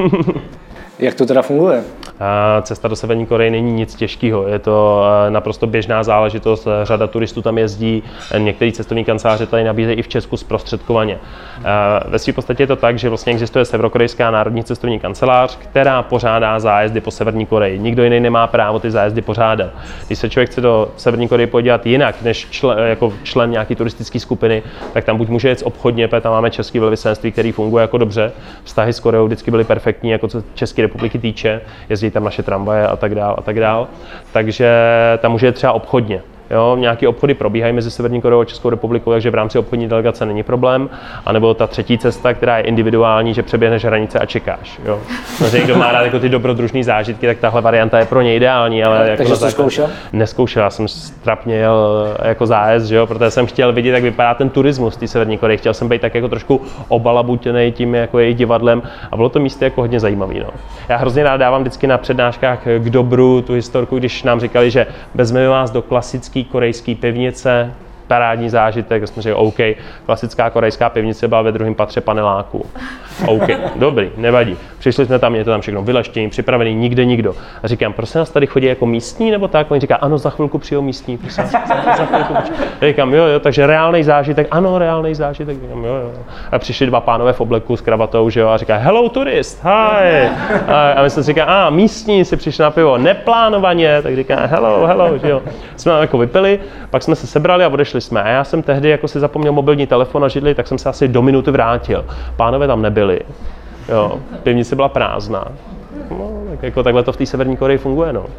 Jak to teda funguje? Cesta do Severní Koreje není nic těžkého, je to naprosto běžná záležitost, řada turistů tam jezdí, některé cestovní kanceláře tady nabízejí i v Česku zprostředkovaně. Ve své podstatě je to tak, že vlastně existuje Severokorejská národní cestovní kancelář, která pořádá zájezdy po Severní Koreji. Nikdo jiný nemá právo ty zájezdy pořádat. Když se člověk chce do Severní Koreje podívat jinak než člen, jako člen nějaké turistické skupiny, tak tam buď může jet obchodně, protože tam máme české velvyslanectví, který funguje jako dobře. Vztahy s Koreou vždycky byly perfektní, jako co České republiky týče. Jezdí tam naše tramvaje a tak dál a tak dál. Takže tam může jet třeba obchodně. Jo, nějaké obchody probíhají mezi Severní Koreou a Českou republikou, takže v rámci obchodní delegace není problém. A nebo ta třetí cesta, která je individuální, že přeběhneš hranice a čekáš. Jo. Takže někdo má rád jako ty dobrodružné zážitky, tak tahle varianta je pro ně ideální. Ale jako takže jsi to zkoušel? Neskoušel, já jsem strapně jel jako zájezd, že jo, protože jsem chtěl vidět, jak vypadá ten turismus v té Severní Koreji. Chtěl jsem být tak jako trošku obalabutěnej tím jako jejich divadlem a bylo to místo jako hodně zajímavý. No. Já hrozně rád dávám vždycky na přednáškách k dobru tu historku, když nám říkali, že vezmeme vás do klasické korejské pivnice, parádní zážitek, jsme řekli OK, klasická korejská pivnice byla ve druhém patře paneláku. OK, dobrý, nevadí. Přišli jsme tam, je to tam všechno vyleštění, připravený, nikde nikdo. A říkám, prosím nás tady chodí jako místní nebo tak? Oni říká, ano, za chvilku přijou místní, prosím, za, za chvilku přijou. Říkám, jo, jo, takže reálný zážitek, ano, reálný zážitek, říkám, jo, jo. A přišli dva pánové v obleku s kravatou, že jo, a říká, hello turist, hi. A, a my jsme si říkali, a místní si přišli na pivo, neplánovaně, tak říká, hello, hello, že jo. Jsme jako vypili, pak jsme se sebrali a odešli jsme. A já jsem tehdy jako si zapomněl mobilní telefon na židli, tak jsem se asi do minuty vrátil. Pánové tam nebyli. Jo, pivnice byla prázdná. No, tak jako takhle to v té Severní Koreji funguje, no.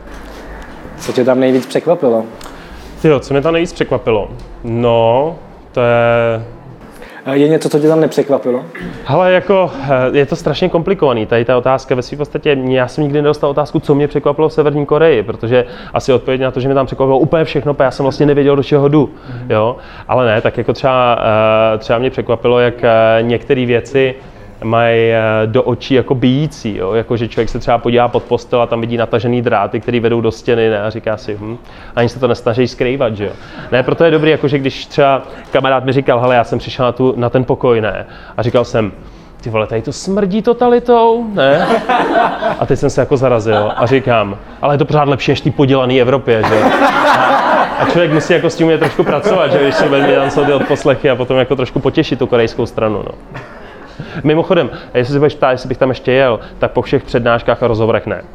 Co tě tam nejvíc překvapilo? Tyjo, co mě tam nejvíc překvapilo? No, to je... Je něco, co tě tam nepřekvapilo? Hele, jako, je to strašně komplikovaný, tady ta otázka ve svým podstatě, já jsem nikdy nedostal otázku, co mě překvapilo v Severní Koreji, protože asi odpověď na to, že mě tam překvapilo úplně všechno, protože já jsem vlastně nevěděl, do čeho jdu, jo, ale ne, tak jako třeba, třeba mě překvapilo, jak některé věci mají do očí jako bijící, jo? Jako, že člověk se třeba podívá pod postel a tam vidí natažený dráty, které vedou do stěny, ne? A říká si, hm, ani se to nesnaží skrývat, že jo. Ne, proto je dobrý, jako, že když třeba kamarád mi říkal, hele, já jsem přišel na, tu, na ten pokoj, ne? A říkal jsem, ty vole, tady to smrdí totalitou, ne? A teď jsem se jako zarazil a říkám, ale je to pořád lepší než v té podělané Evropě, že jo. A člověk musí jako s tím je trošku pracovat, že když se velmi tam jsou ty odposlechy a potom jako trošku potěšit tu korejskou stranu, no. Mimochodem, jestli se budeš ptát, jestli bych tam ještě jel, tak po všech přednáškách a rozhovorech ne.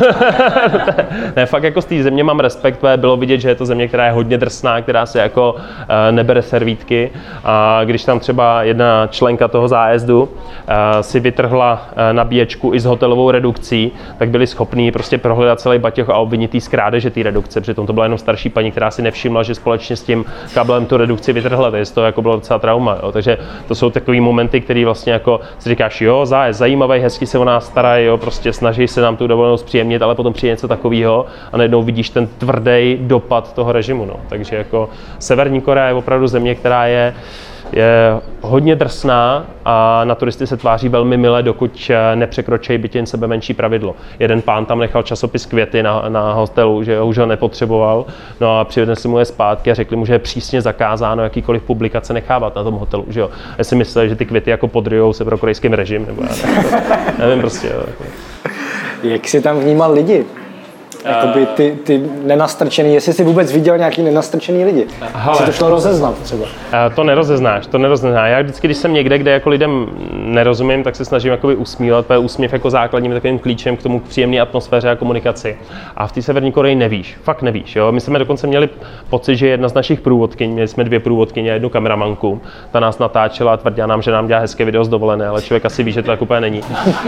Ne, fakt jako z té země mám respekt, bylo vidět, že je to země, která je hodně drsná, která si jako uh, nebere servítky. A když tam třeba jedna členka toho zájezdu uh, si vytrhla uh, nabíječku i s hotelovou redukcí, tak byli schopní prostě prohledat celý baťoch a obvinit jí z krádeže té redukce. Přitom to byla jenom starší paní, která si nevšimla, že společně s tím kablem tu redukci vytrhla, takže to jako bylo docela trauma. Jo. Takže to jsou takový momenty, které vlastně jako si říkáš, jo, zájezd zajímavý, hezky se o nás starají, jo, prostě snaží se nám tu dovolenou zpříjemnit, ale potom přijde něco takového a najednou vidíš ten tvrdý dopad toho režimu. No. Takže jako Severní Korea je opravdu země, která je, je hodně drsná a na turisty se tváří velmi mile, dokud nepřekročí byť jen sebe menší pravidlo. Jeden pán tam nechal časopis Květy na, na hotelu, že už ho nepotřeboval, no a přivedli mu je zpátky a řekli mu, že je přísně zakázáno jakýkoliv publikace nechávat na tom hotelu, že jo. Já si myslel, že ty květy jako podryjou severokorejským režim, nebo já nevím, nevím prostě. Jo. Jak jsi tam vnímal lidi? Jakoby ty, ty nenastrčený, jestli jsi vůbec viděl nějaký nenastrčený lidi. Hele, si to šlo rozeznat třeba. To nerozeznáš, to nerozeznáš. Já vždycky, když jsem někde, kde jako lidem nerozumím, tak se snažím jakoby usmívat, protože úsměv jako základním takovým klíčem k tomu příjemné atmosféře a komunikaci. A v té Severní Koreji nevíš, fakt nevíš. Jo? My jsme dokonce měli pocit, že jedna z našich průvodkyň, měli jsme dvě průvodkyně a jednu kameramanku, ta nás natáčela a tvrdila nám, že nám dělá hezké video z dovolené, ale člověk asi ví, že to tak úplně není.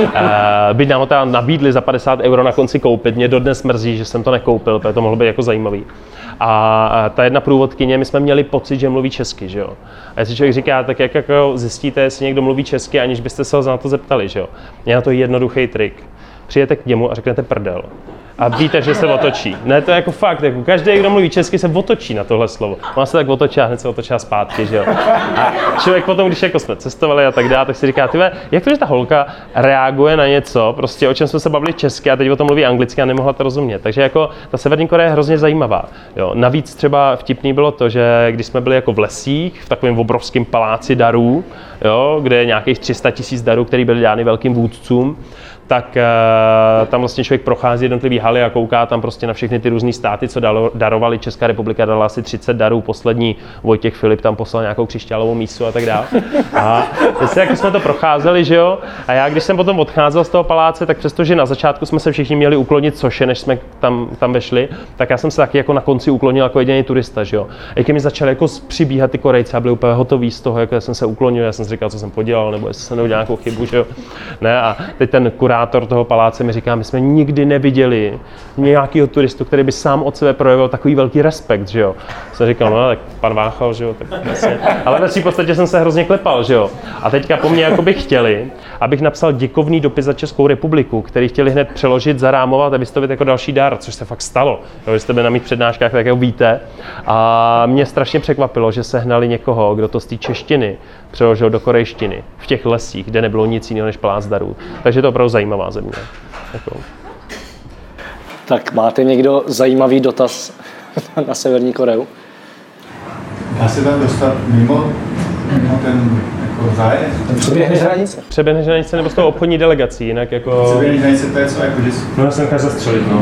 Byť nám to nabídli za padesát euro na konci koupit, mě dodnes mrzí, že jsem to nekoupil, protože to mohlo být jako zajímavý. A ta jedna průvodkyně, my jsme měli pocit, že mluví česky, že jo. A jestli člověk říká, tak jak jako zjistíte, jestli někdo mluví česky, aniž byste se ho na to zeptali, že jo. Je na to jednoduchý trik. Přijete k němu a řeknete prdel. A víte, že se otočí. Ne, to je jako fakt, jako každý, kdo mluví česky, se otočí na tohle slovo. Má se tak otočí a hned se otočí zpátky, že jo. A člověk potom, když jako jsme cestovali a tak dále, tak si říká, tyhle, jak to, že ta holka reaguje na něco, prostě o čem jsme se bavili česky a teď o tom mluví anglicky a nemohla to rozumět. Takže jako ta Severní Korea je hrozně zajímavá. Jo. Navíc třeba vtipný bylo to, že když jsme byli jako v lesích, v takovém obrovském paláci darů, jo, kde je nějakých tři sta tisíc darů, které byly dány velkým vůdcům, tak uh, tam vlastně člověk prochází jednotlivý haly a kouká tam prostě na všechny ty různý státy, co dalo, darovali. Česká republika dala asi třicet darů, poslední Vojtěch Filip tam poslal nějakou křišťálovou mísu a tak dále. A vlastně jako jsme to procházeli, že jo, a já když jsem potom odcházel z toho paláce, tak přestože na začátku jsme se všichni měli uklonit coše, než jsme tam, tam vešli, tak já jsem se taky jako na konci uklonil jako jediný turista, že jo. A jak mi začali jako přibíhat ty Korejci a byli úplně hotoví z toho, jako já jsem se uklonil, já jsem si říkal, co jsem podělal, nebo jestli jsem neudělal nějakou chybu, že jo. Ne, a teď ten kurátor toho paláce mi říká, my jsme nikdy neviděli nějakého turistu, který by sám od sebe projevil takový velký respekt, že jo. Jsem říkal, no tak pan Váchal, že jo, tak vlastně. Ale ve v podstatě jsem se hrozně klepal, že jo. A teďka po mně jakoby chtěli, abych napsal děkovný dopis za Českou republiku, který chtěli hned přeložit, zarámovat a vystavit jako další dar, což se fakt stalo. Jo, že jste byli na mých přednáškách, tak jako víte. A mě strašně překvapilo, že sehnali někoho, kdo to z té češtiny přeložil do korejštiny v těch lesích, kde nebylo nic jiného než palác darů. Takže to je opravdu zajímavá země. Jako. Tak máte někdo zajímavý dotaz na Severní Koreu? Dá se tam dostat mimo, mimo ten jako zájezd? Přeběhneš hranice? Přeběhneš hranice nebo s tou obchodní delegací, jinak jako... Přeběhneš hranice, to je co, jako že... No já jsem nechal zastřelit, no.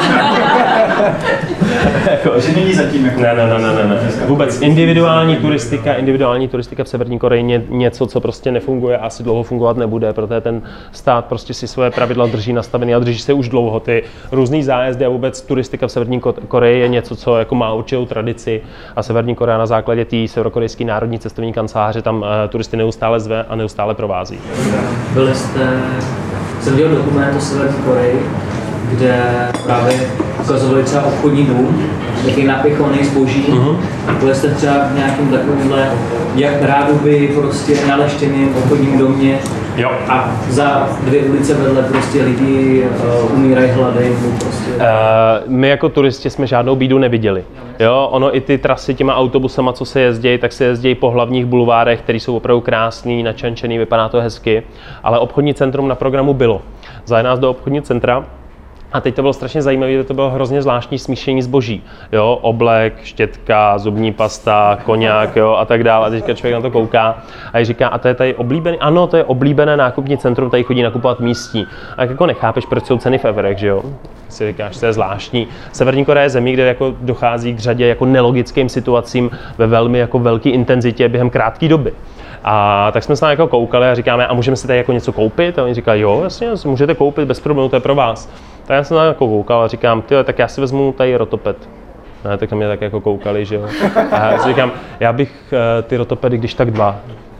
jako, že není zatím jako... Ne, ne, ne, ne, ne. Vůbec individuální turistika, individuální turistika v Severní Koreji je něco, co prostě nefunguje a asi dlouho fungovat nebude, protože ten stát prostě si svoje pravidla drží nastavený a drží se už dlouho. Ty různý zájezdy a vůbec turistika v Severní Koreji je něco, co jako má určitou tradici a Severní Korea na základě té severokorejské národní cestovní kanceláře tam uh, turisty neustále zve a neustále provází. Byli jste, jsem viděl dokument o Severní Koreji, kde právě ukazovali třeba obchodní dům, jaký napěchovaný zboží. Uh-huh. Byli jste třeba v nějakým takovýmhle, jak rádoby prostě naleštěným obchodním domě. Jo. A za dvě ulice vedle prostě lidi uh, umírají hlady. Prostě. Uh, my jako turisti jsme žádnou bídu neviděli. Jo, ono i ty trasy těma autobusama, co se jezdí, tak se jezdí po hlavních bulvárech, které jsou opravdu krásný, načančený, vypadá to hezky, ale obchodní centrum na programu bylo. Zajeli nás do obchodního centra. A teď to bylo strašně zajímavé, že to bylo hrozně zvláštní smíšení zboží. Jo, oblek, štětka, zubní pasta, koněk, jo, a tak dále. A teďka člověk na to kouká a říká, a to je tady oblíbený, ano, to je oblíbené nákupní centrum, tady chodí nakupovat místní. A jako nechápeš, proč jsou ceny v eurech, že jo? Si říkáš, to je zvláštní. Severní Korea je zemí, kde jako dochází k řadě jako nelogickým situacím ve velmi jako velké intenzitě během krátké doby. A tak jsme se tam jako koukali a říkáme, a můžeme si tady jako něco koupit? A oni říkají, jo, jasně, můžete koupit bez problémů, to je pro vás. Tak já jsem tam jako koukal a říkám, tyjo, tak já si vezmu tady rotoped. Ne, tak na mě tak jako koukali, že jo. A já si říkám, já bych uh, ty rotopedy, když tak dva.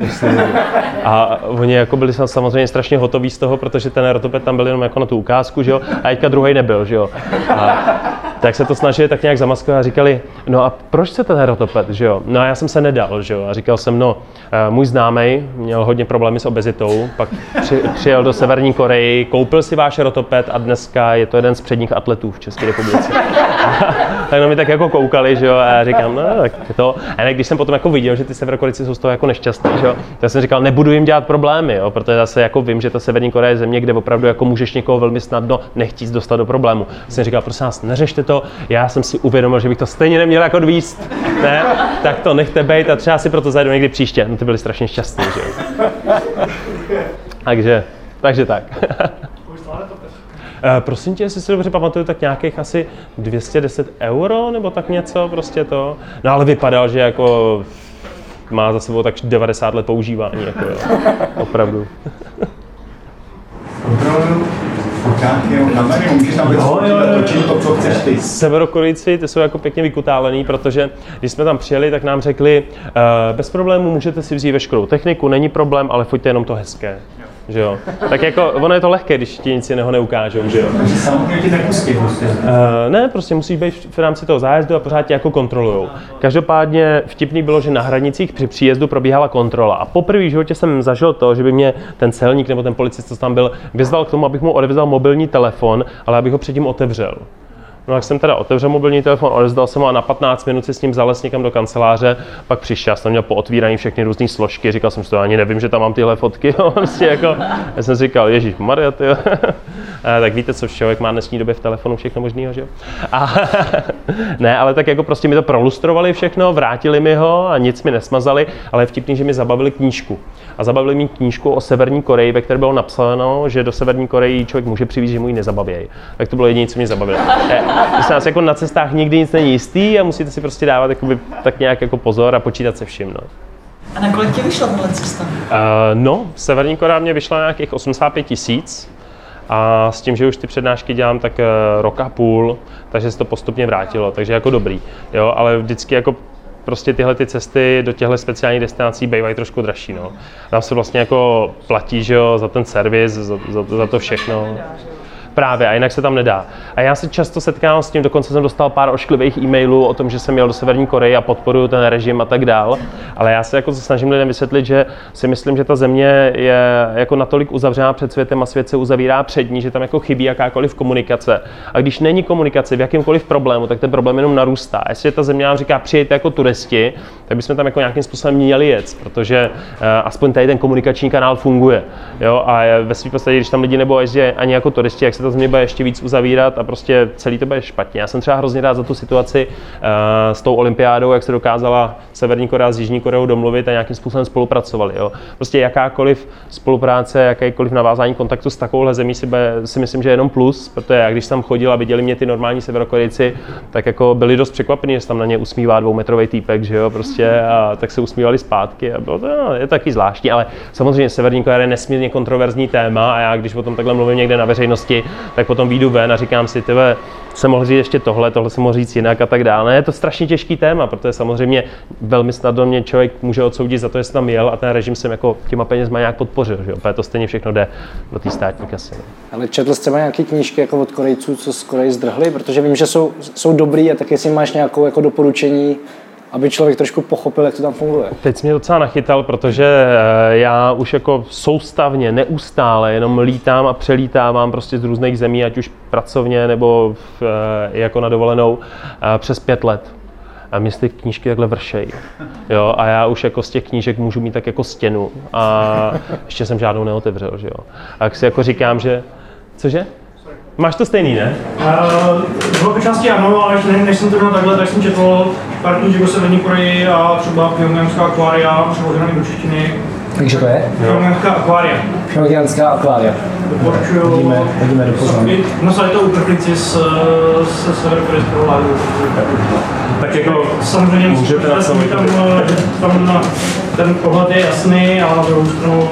A oni jako byli samozřejmě strašně hotoví z toho, protože ten rotoped tam byl jenom jako na tu ukázku, že jo, a teďka druhej nebyl, že jo. A tak se to snažili tak nějak zamaskovat a říkali, no a proč se ten rotoped, že jo. No a já jsem se nedal, že jo, a říkal jsem, no, můj známej měl hodně problémy s obezitou, pak při, přijel do Severní Koreji, koupil si váš rotoped a dneska je to jeden z předních atletů v České republice. A, tak na mě tak jako koukali, že jo, a já říkám, no tak to. A když jsem potom jako viděl, že ty Severokorejci jsou z toho jako nešťastní, že jo, tak jsem říkal, nebudu jim dělat problémy, jo, protože zase jako vím, že ta Severní Korea je země, kde opravdu jako můžeš někoho velmi snadno nechtít dostat do problému. Jsem říkal, prosím vás, neřešte to, já jsem si uvědomil, že bych to stejně neměl jako odvízt, ne, tak to nechte bejt a třeba si proto zajdu někdy příště. No ty byli strašně šťastní, že jo. Takže, takže tak. prosím tě, jestli si dobře pamatuju, tak nějakých asi dvě stě deset euro nebo tak něco, prostě to. No ale vypadal, že jako má za sebou tak devadesát let používání, jako jo. Opravdu. Opravdu? Nějakého kamery, můžeš tam točit to, co chceš ty. Severokorejci, ty jsou jako pěkně vykutálený, protože když jsme tam přijeli, tak nám řekli, uh, bez problémů můžete si vzít veškerou techniku, není problém, ale foťte jenom to hezké. Že jo? Tak jako, ono je to lehké, když ti nic jiného neukážou, že jo? Takže samotně ti nepustí prostě? Uh, ne, prostě musíš být v rámci toho zájezdu a pořád tě jako kontrolujou. Každopádně vtipný bylo, že na hranicích při příjezdu probíhala kontrola. A poprvé v životě jsem zažil to, že by mě ten celník nebo ten policista, co tam byl, vyzval k tomu, abych mu odevzdal mobilní telefon, ale abych ho předtím otevřel. No tak jsem teda otevřel mobilní telefon, odevzdal jsem ho a na patnáct minut si s ním zalez někam do kanceláře, pak přišel, já jsem měl pootvírání všechny různé složky, říkal jsem si to, ani nevím, že tam mám tyhle fotky, jo, prostě jako, já jsem říkal, ježišmarja, ty jo. Tak víte, co člověk má dnešní době v telefonu, všechno možného, že jo? A ne, ale tak jako prostě mi to prolustrovali všechno, vrátili mi ho a nic mi nesmazali, ale je vtipný, že mi zabavili knížku. A zabavili mi knížku o Severní Koreji, ve které bylo napsáno, že do Severní Koreji člověk může přivést, že mu ji nezabavějí. Tak to bylo jediné, co mě zabavilo. Když nás jako na cestách nikdy nic není jistý a musíte si prostě dávat jakoby, tak nějak jako pozor a počítat se vším. No. A na kolik ti vyšla tahle cesta? Uh, no, Severní Korea mě vyšla nějakých osmdesát pět tisíc a s tím, že už ty přednášky dělám tak uh, rok a půl, takže se to postupně vrátilo, takže jako dobrý. Jo, ale vždycky jako prostě tyhle ty cesty do těchto speciálních destinací bývají trošku dražší. No. Tam se vlastně jako platí, že jo, za ten servis, za, za, za to všechno. Právě, a jinak se tam nedá. A já se často setkám s tím, dokonce jsem dostal pár ošklivých e-mailů o tom, že jsem jel do Severní Koreje a podporuju ten režim a tak dál. Ale já se jako snažím lidem vysvětlit, že si myslím, že ta země je jako natolik uzavřená před světem a svět se uzavírá před ní, že tam jako chybí jakákoliv komunikace. A když není komunikace v jakýmkoliv problému, tak ten problém jenom narůstá. A jestli ta země nám říká, přijďte jako turisti, tak bychom tam jako nějakým způsobem měli jet, protože uh, aspoň tady ten komunikační kanál funguje. Jo? A ve svým podstatě, když tam lidi nebo jezdí ani jako turisti, jak se ta země bude ještě víc uzavírat a prostě celý to bude špatně. Já jsem třeba hrozně rád za tu situaci uh, s tou olympiádou, jak se dokázala Severní Korea s Jižní Koreou domluvit a nějakým způsobem spolupracovali. Jo. Prostě jakákoliv spolupráce, jakékoliv navázání kontaktu s takovouhle zemí si, be, si myslím, že je jenom plus, protože já když tam chodil a viděli mě ty normální Severokorejci, tak jako byli dost překvapení, že se tam na ně usmívá dvoumetrový týpek, že jo, prostě a tak se usmívali zpátky a bylo to, no, je taky zvláštní, ale samozřejmě Severní Korea je nesmírně kontroverzní téma a já když o tom takhle mluvím někde na veřejnosti, tak potom vyjdu ven a říkám si, tyhle, jsem mohl říct ještě tohle, tohle jsem mohl říct jinak a tak dále. Je to strašně těžký téma, protože samozřejmě velmi snadno mě člověk může odsoudit za to, že jsem tam jel a ten režim jsem jako těma penězma nějak podpořil, že jo? Protože to stejně všechno jde do té státní kasy. Ale četl jsi třeba nějaké knížky jako od Korejců, co z Koreji zdrhli, protože vím, že jsou, jsou dobrý a tak jestli máš nějakou jako doporučení, aby člověk trošku pochopil, jak to tam funguje. Teď jsi mě docela nachytal, protože já už jako soustavně, neustále jenom lítám a přelítávám prostě z různých zemí, ať už pracovně nebo v, jako na dovolenou, přes pět let. A mě z ty knížky takhle vršejí. Jo, a já už jako z těch knížek můžu mít tak jako stěnu a ještě jsem žádnou neotevřel, že jo. A jak si jako říkám, že... Cože? Máš to stejný, ne? Uh, z velké části ano, ale ne, než jsem to měl takhle, tak jsem četl pár knížek o Severní Koreji a třeba Pyongyangská akvária, přeložená do češtiny. Takže to je? Pyongyangská akvária. Pyongyangská akvária. Doporučuju. Vidíme, vidíme do poznání. No se to uprchlíci z severokorejského ládu. Tak jako samozřejmě můžete na tom, tam, tam na, ten pohled je jasný, ale na druhou stranu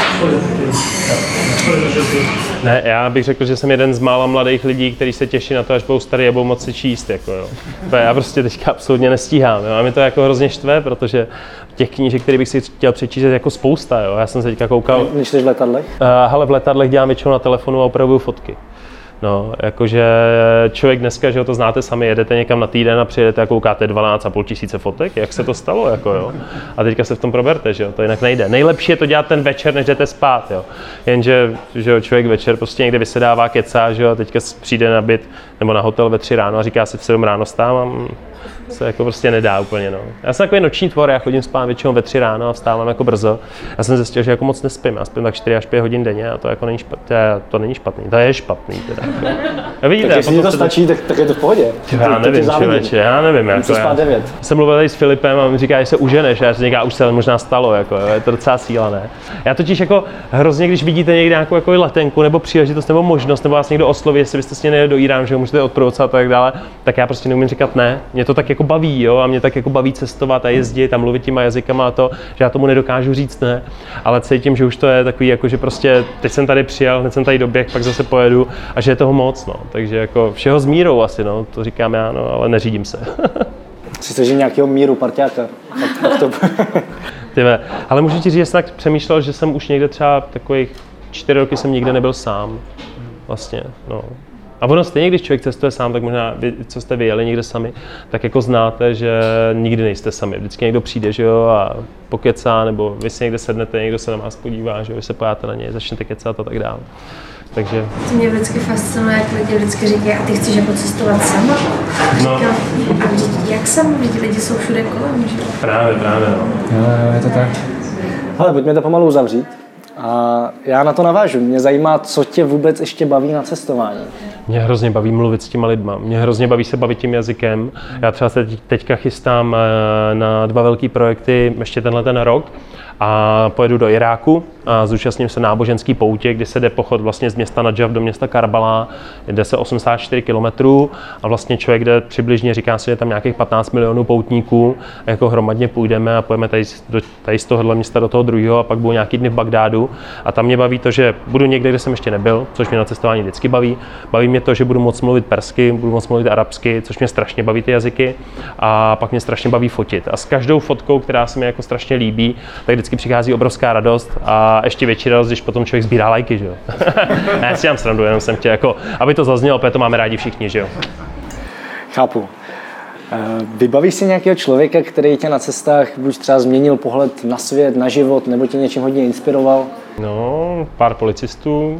ne, já bych řekl, že jsem jeden z mála mladých lidí, kteří se těší na to, až budou starý a budou moci číst. Jako, jo. To já prostě teďka absolutně nestíhám. Jo. A mi to jako hrozně štve, protože těch knížek, které bych si chtěl přečíst, je jako spousta. Jo. Já jsem se teďka koukal. Když jsi v letadlech? Uh, hele, v letadlech dělám většinou na telefonu a opravuju fotky. No, jakože člověk dneska, že ho to znáte sami, jedete někam na týden a přijedete a koukáte dvanáct a půl tisíce fotek, jak se to stalo, jako jo. A teďka se v tom proberte, že jo, to jinak nejde. Nejlepší je to dělat ten večer, než jdete spát, jo. Jenže, že jo, člověk večer prostě někde vysedává, kecá, že jo, a teďka přijde na byt nebo na hotel ve tři ráno a říká si v sedm ráno stávám, se jako prostě nedá úplně, no. Já jsem takový noční tvor, já chodím spát většinou ve tři ráno a vstávám jako brzo. Já jsem zjistil, že jako moc nespím, já spím tak čtyři až pět hodin denně a to jako není špatný, to není špatný, to je špatný teda. A vidíte, tak jestli to stačí, tak, tak je to v pohodě. Já nevím, člověče, já nevím, jako já. Jsem mluvil tady s Filipem a on říká, že se uženeš, a já říkám, už se možná stalo, jako, je to docela síla, ne? Já totiž jako hrozně, když vidíte někde nějakou jako letenku nebo příležitost nebo možnost, nebo vás někdo osloví, jestli byste s ním nejeli do Iránu, že ho můžete odprovocovat a tak dále, tak já prostě neumím říkat ne. Mě to tak jako baví, jo, a mě tak jako baví cestovat a jezdit a mluvit těma jazykama a to, že já tomu nedokážu říct ne, ale cítím, že už to je takový, jako že prostě teď jsem tady přijel, hned jsem tady doběh, pak zase pojedu a že je toho moc, no. Takže jako všeho s mírou asi, no, to říkám já, no, ale neřídím se. Jsi se nějakého míru parťáka. Tyve, ale můžu ti říct, že jsem tak přemýšlel, že jsem už někde třeba takových čtyři roky jsem nikde nebyl sám. Vlastně, no. A ono stejně, když člověk cestuje sám, tak možná vy, co jste vyjeli někde sami, tak jako znáte, že nikdy nejste sami. Vždycky někdo přijde, že jo, a pokecá, nebo vy si někde sednete, někdo se na vás podívá, že jo, vy se pojáte na něj, začnete kecat a tak dále. Takže... To mě vždycky fascinuje, jak lidi vždycky říkají, a ty chceš jako cestovat sama? A říkám, no. A jak sama? Lidi, lidi jsou všude kolem, že? Právě, právě, no. Jo, je to tak. Ale pojďme to pomalu uzavřít. A já na to navážu. Mě zajímá, co tě vůbec ještě baví na cestování. Mě hrozně baví mluvit s těma lidma. Mě hrozně baví se bavit tím jazykem. Já třeba se teďka chystám na dva velký projekty ještě tenhle ten rok. A pojedu do Iráku a zúčastním se náboženský poutě, kdy se jde pochod vlastně z města Nadžaf do města Karbala, jde se osmdesát čtyři kilometrů a vlastně člověk jde přibližně, říká se, že tam nějakých patnáct milionů poutníků, a jako hromadně půjdeme a pojeme tady, do, tady z tohohle města do toho druhého a pak budou nějaký dny v Bagdádu a tam mě baví to, že budu někde, kde jsem ještě nebyl, což mě na cestování vždycky baví. Baví mě to, že budu moct mluvit persky, budu moct mluvit arabsky, což mě strašně baví ty jazyky a pak mě strašně baví fotit. A s každou fotkou, která se mi jako strašně líbí, tak vždycky přichází obrovská radost a ještě větší radost, když potom člověk sbírá lajky, že jo. Ne, já si dám srandu, jenom jsem chtěl, jako, aby to zaznělo, protože to máme rádi všichni, že jo. Chápu. Vybavíš si nějakého člověka, který tě na cestách buď třeba změnil pohled na svět, na život, nebo tě něčím hodně inspiroval? No, pár policistů.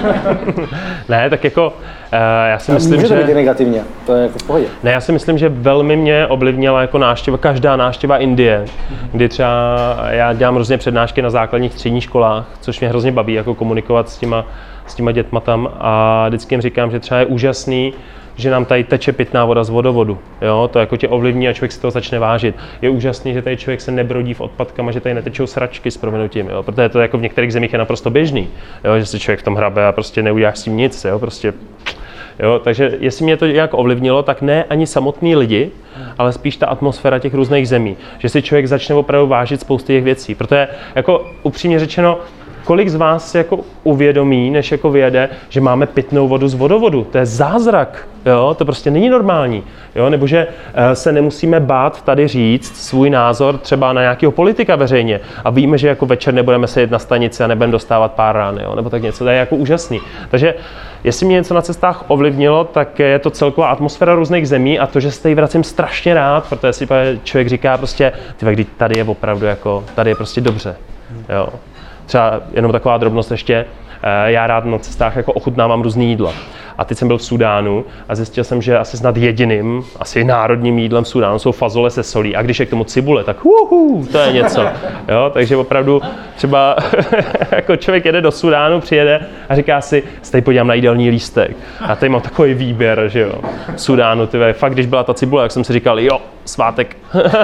Ne, tak jako, uh, já si myslím, může že... Může to být negativně, to je jako v pohodě. Ne, já si myslím, že velmi mě ovlivnila jako návštěva, každá návštěva Indie, kdy třeba já dělám různě přednášky na základních středních školách, což mě hrozně baví, jako komunikovat s těma, s těma dětma tam a vždycky jim říkám, že třeba je úžasný, že nám tady teče pitná voda z vodovodu. Jo? To jako tě ovlivní a člověk si toho začne vážit. Je úžasný, že tady člověk se nebrodí v odpadkama, že tady netečou sračky s prominutím, jo? Protože to jako v některých zemích je naprosto běžný, jo? Že se člověk v tom hrabe a prostě neuděláš s tím nic. Jo? Prostě, jo? Takže jestli mě to nějak ovlivnilo, tak ne ani samotný lidi, ale spíš ta atmosféra těch různých zemí. Že si člověk začne opravdu vážit spoustu těch věcí. Protože jako upřímně řečeno, kolik z vás si jako uvědomí, než jako vyjede, že máme pitnou vodu z vodovodu? To je zázrak, jo? To prostě není normální. Jo? Nebo že se nemusíme bát tady říct svůj názor třeba na nějakého politika veřejně a víme, že jako večer nebudeme sedět na stanici a nebudeme dostávat pár rán, jo? Nebo tak něco, to je jako úžasný. Takže jestli mě něco na cestách ovlivnilo, tak je to celková atmosféra různých zemí a to, že se tady vracím strašně rád, protože si člověk říká prostě, tyhle, když tady je opravdu jako, tady je prostě dobře, jo. Třeba jenom taková drobnost ještě, já rád na cestách jako ochutnávám různý jídla. A teď jsem byl v Súdánu a zjistil jsem, že asi snad jediným, asi národním jídlem v Súdánu jsou fazole se solí. A když je k tomu cibule, tak uhu, to je něco. Jo, takže opravdu třeba jako člověk jede do Súdánu, přijede a říká si, se tady podívám na jídelní lístek. A tady mám takový výběr, že jo. V Súdánu, tyve, fakt, když byla ta cibule, tak jsem si říkal, jo, svátek.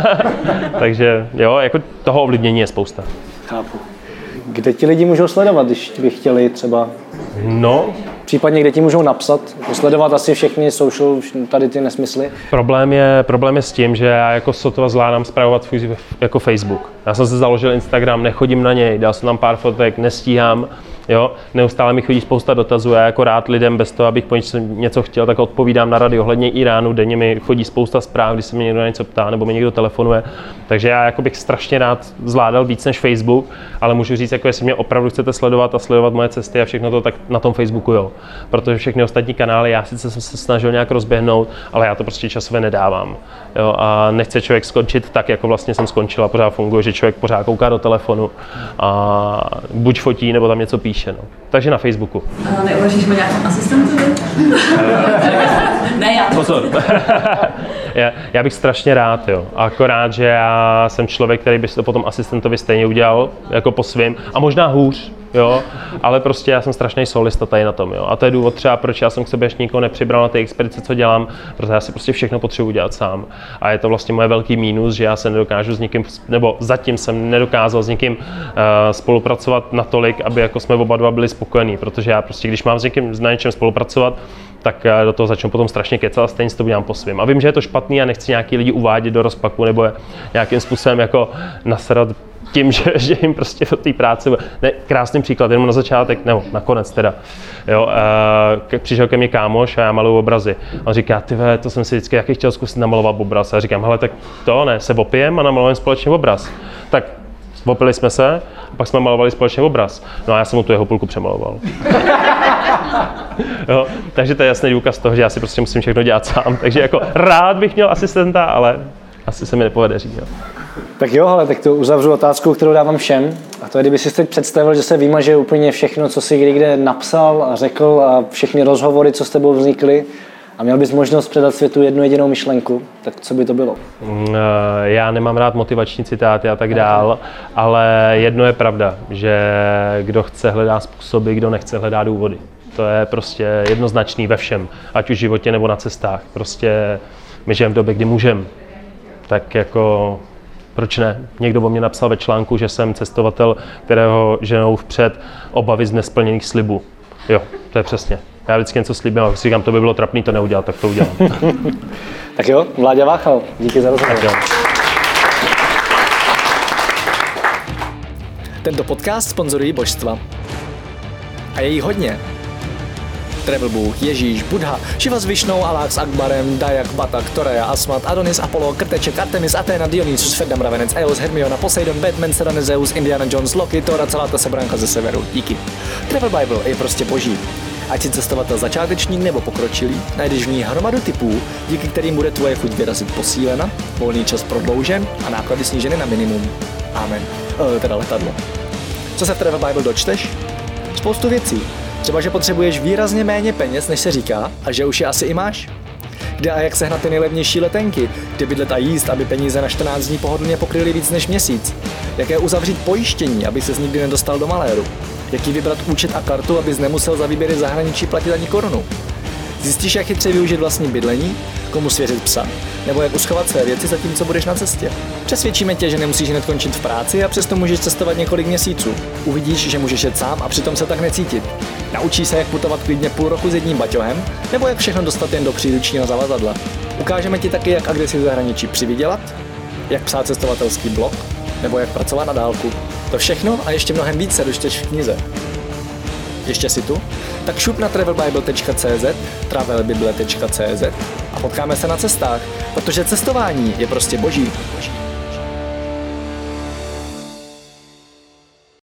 Takže jo, jako toho ovlivnění je spousta. Chápu. Kde ti lidi můžou sledovat, když by chtěli třeba? No. Případně kde ti můžou napsat? Sledovat asi všechny social, tady ty nesmysly. Problém je, problém je s tím, že já jako sotva zvládám spravovat svůj jako Facebook. Já jsem si založil Instagram, nechodím na něj, dal jsem tam pár fotek, nestíhám. Jo, neustále mi chodí spousta dotazů, já jako rád lidem bez toho, abych po něco chtěl, tak odpovídám na rady ohledně Iránu, denně mi chodí spousta zpráv, když se mě někdo na něco ptá nebo mi někdo telefonuje, takže já jako bych strašně rád zvládal víc než Facebook, ale můžu říct, jako jestli mě opravdu chcete sledovat a sledovat moje cesty a všechno to, tak na tom Facebooku jo, protože všechny ostatní kanály, já sice jsem se snažil nějak rozběhnout, ale já to prostě časově nedávám, jo, a nechce člověk skončit tak, jako vlastně jsem skončil a pořád funguje, že člověk pořád kouká do telefonu a buď fotí, nebo tam něco píše. No. Takže na Facebooku. A neuvažíš o nějakém asistentovi? Ne, já. Pozor. já, já bych strašně rád, jo. Akorát, že já jsem člověk, který by si to potom asistentovi stejně udělal, jako po svým, a možná hůř, jo, ale prostě já jsem strašný solista tady na tom, jo. A to je důvod třeba, proč já jsem k sobě ještě nikoho nepřibral na ty expedice, co dělám, protože já si prostě všechno potřebuji dělat sám. A je to vlastně moje velký mínus, že já se nedokážu s někým, nebo zatím jsem nedokázal s někým uh, spolupracovat natolik, aby jako jsme oba dva byli spokojení, protože já prostě, když mám s někým na něčem spolupracovat, tak do toho začnu potom strašně kecat a stejně si to udělám po svým. A vím, že je to špatný a nechci nějaký lidi uvádět do rozpaku nebo je nějakým způsobem jako nasrat tím, že, že jim prostě do té práce bude. Ne, krásný příklad, jenom na začátek, nebo nakonec teda. Jo, uh, přišel ke mně kámoš a já maluju obrazy. A on říká, ty ve, to jsem si vždycky jaký chtěl zkusit namalovat obraz. A já říkám, hele, tak to ne, se opijem a namalujeme společně obraz. Tak opili jsme se a pak jsme malovali společně obraz. No a já jsem mu tu jeho půlku přemaloval. Jo, takže to je jasný důkaz toho, že já si prostě musím všechno dělat sám. Takže jako rád bych měl asistenta, ale asi se mi nepovedeří. Jo. Tak jo, ale tak to uzavřu otázku, kterou dávám všem. A to je, kdyby si teď představil, že se vymaže úplně všechno, co jsi kdy kde napsal a řekl a všechny rozhovory, co s tebou vznikly, a měl bys možnost předat světu jednu jedinou myšlenku, tak co by to bylo? Já nemám rád motivační citáty a tak dál, ale jedno je pravda, že kdo chce, hledá způsoby, kdo nechce, hledá důvody. To je prostě jednoznačný ve všem, ať už v životě nebo na cestách. Prostě my žijeme v době, kdy můžeme. Tak jako, proč ne? Někdo o mě napsal ve článku, že jsem cestovatel, kterého ženou vpřed obavy z nesplněných slibů. Jo, to je přesně. Já vždycky něco slíbím a si říkám, to by bylo trapný to neudělat, tak to udělám. Tak jo, Vláďa Váchal, díky za rozhovor. Tento podcast sponzorují božstva. A je jí hodně. Travel Bůh, Ježíš, Buddha, Šiva s Višnou, Alák s Akbarem, Dajak, Batak, Toreja, Asmat, Adonis, Apollo, Krteček, Artemis, Athena, Dionysus, Ferdam, Ravenec, Eos, Hermiona, Poseidon, Batman, Serena, Zeus, Indiana Jones, Loki, Thor a celá ta sebranka ze severu. Díky. Travel Bible je prostě boží. Ať si cestovatel začátečník nebo pokročilý, najdeš v ní hromadu typů, díky kterým bude tvoje chuť vyrazit posílena, volný čas prodloužen a náklady sníženy na minimum. Amen. E, teda letadlo. Co se v Travel Bible dočteš? Spoustu věcí. Třeba, že potřebuješ výrazně méně peněz, než se říká, a že už je asi i máš. Kde a jak sehnat ty nejlevnější letenky, kde bydlet a jíst, aby peníze na čtrnáct dní pohodlně pokryly víc než měsíc. Jaké uzavřít pojištění, aby ses nikdy nedostal do maléru. Jaký vybrat účet a kartu, abys nemusel za výběry v zahraničí platit ani korunu. Zjistíš, jak chytře využít vlastní bydlení, komu svěřit psa, nebo jak uschovat své věci zatímco budeš na cestě. Přesvědčíme tě, že nemusíš hned končit v práci a přesto můžeš cestovat několik měsíců. Uvidíš, že můžeš jet sám a přitom se tak necítit. Naučíš se, jak putovat klidně půl roku s jedním baťohem, nebo jak všechno dostat jen do příručního zavazadla. Ukážeme ti taky, jak a kde si v zahraničí přivydělat, jak psát cestovatelský blog, nebo jak pracovat na dálku. To všechno a ještě mnohem víc se dočteš v knize. Ještě si tu? Tak šup na travelbible tečka cé zet, travelbible tečka cé zet a potkáme se na cestách, protože cestování je prostě boží. boží.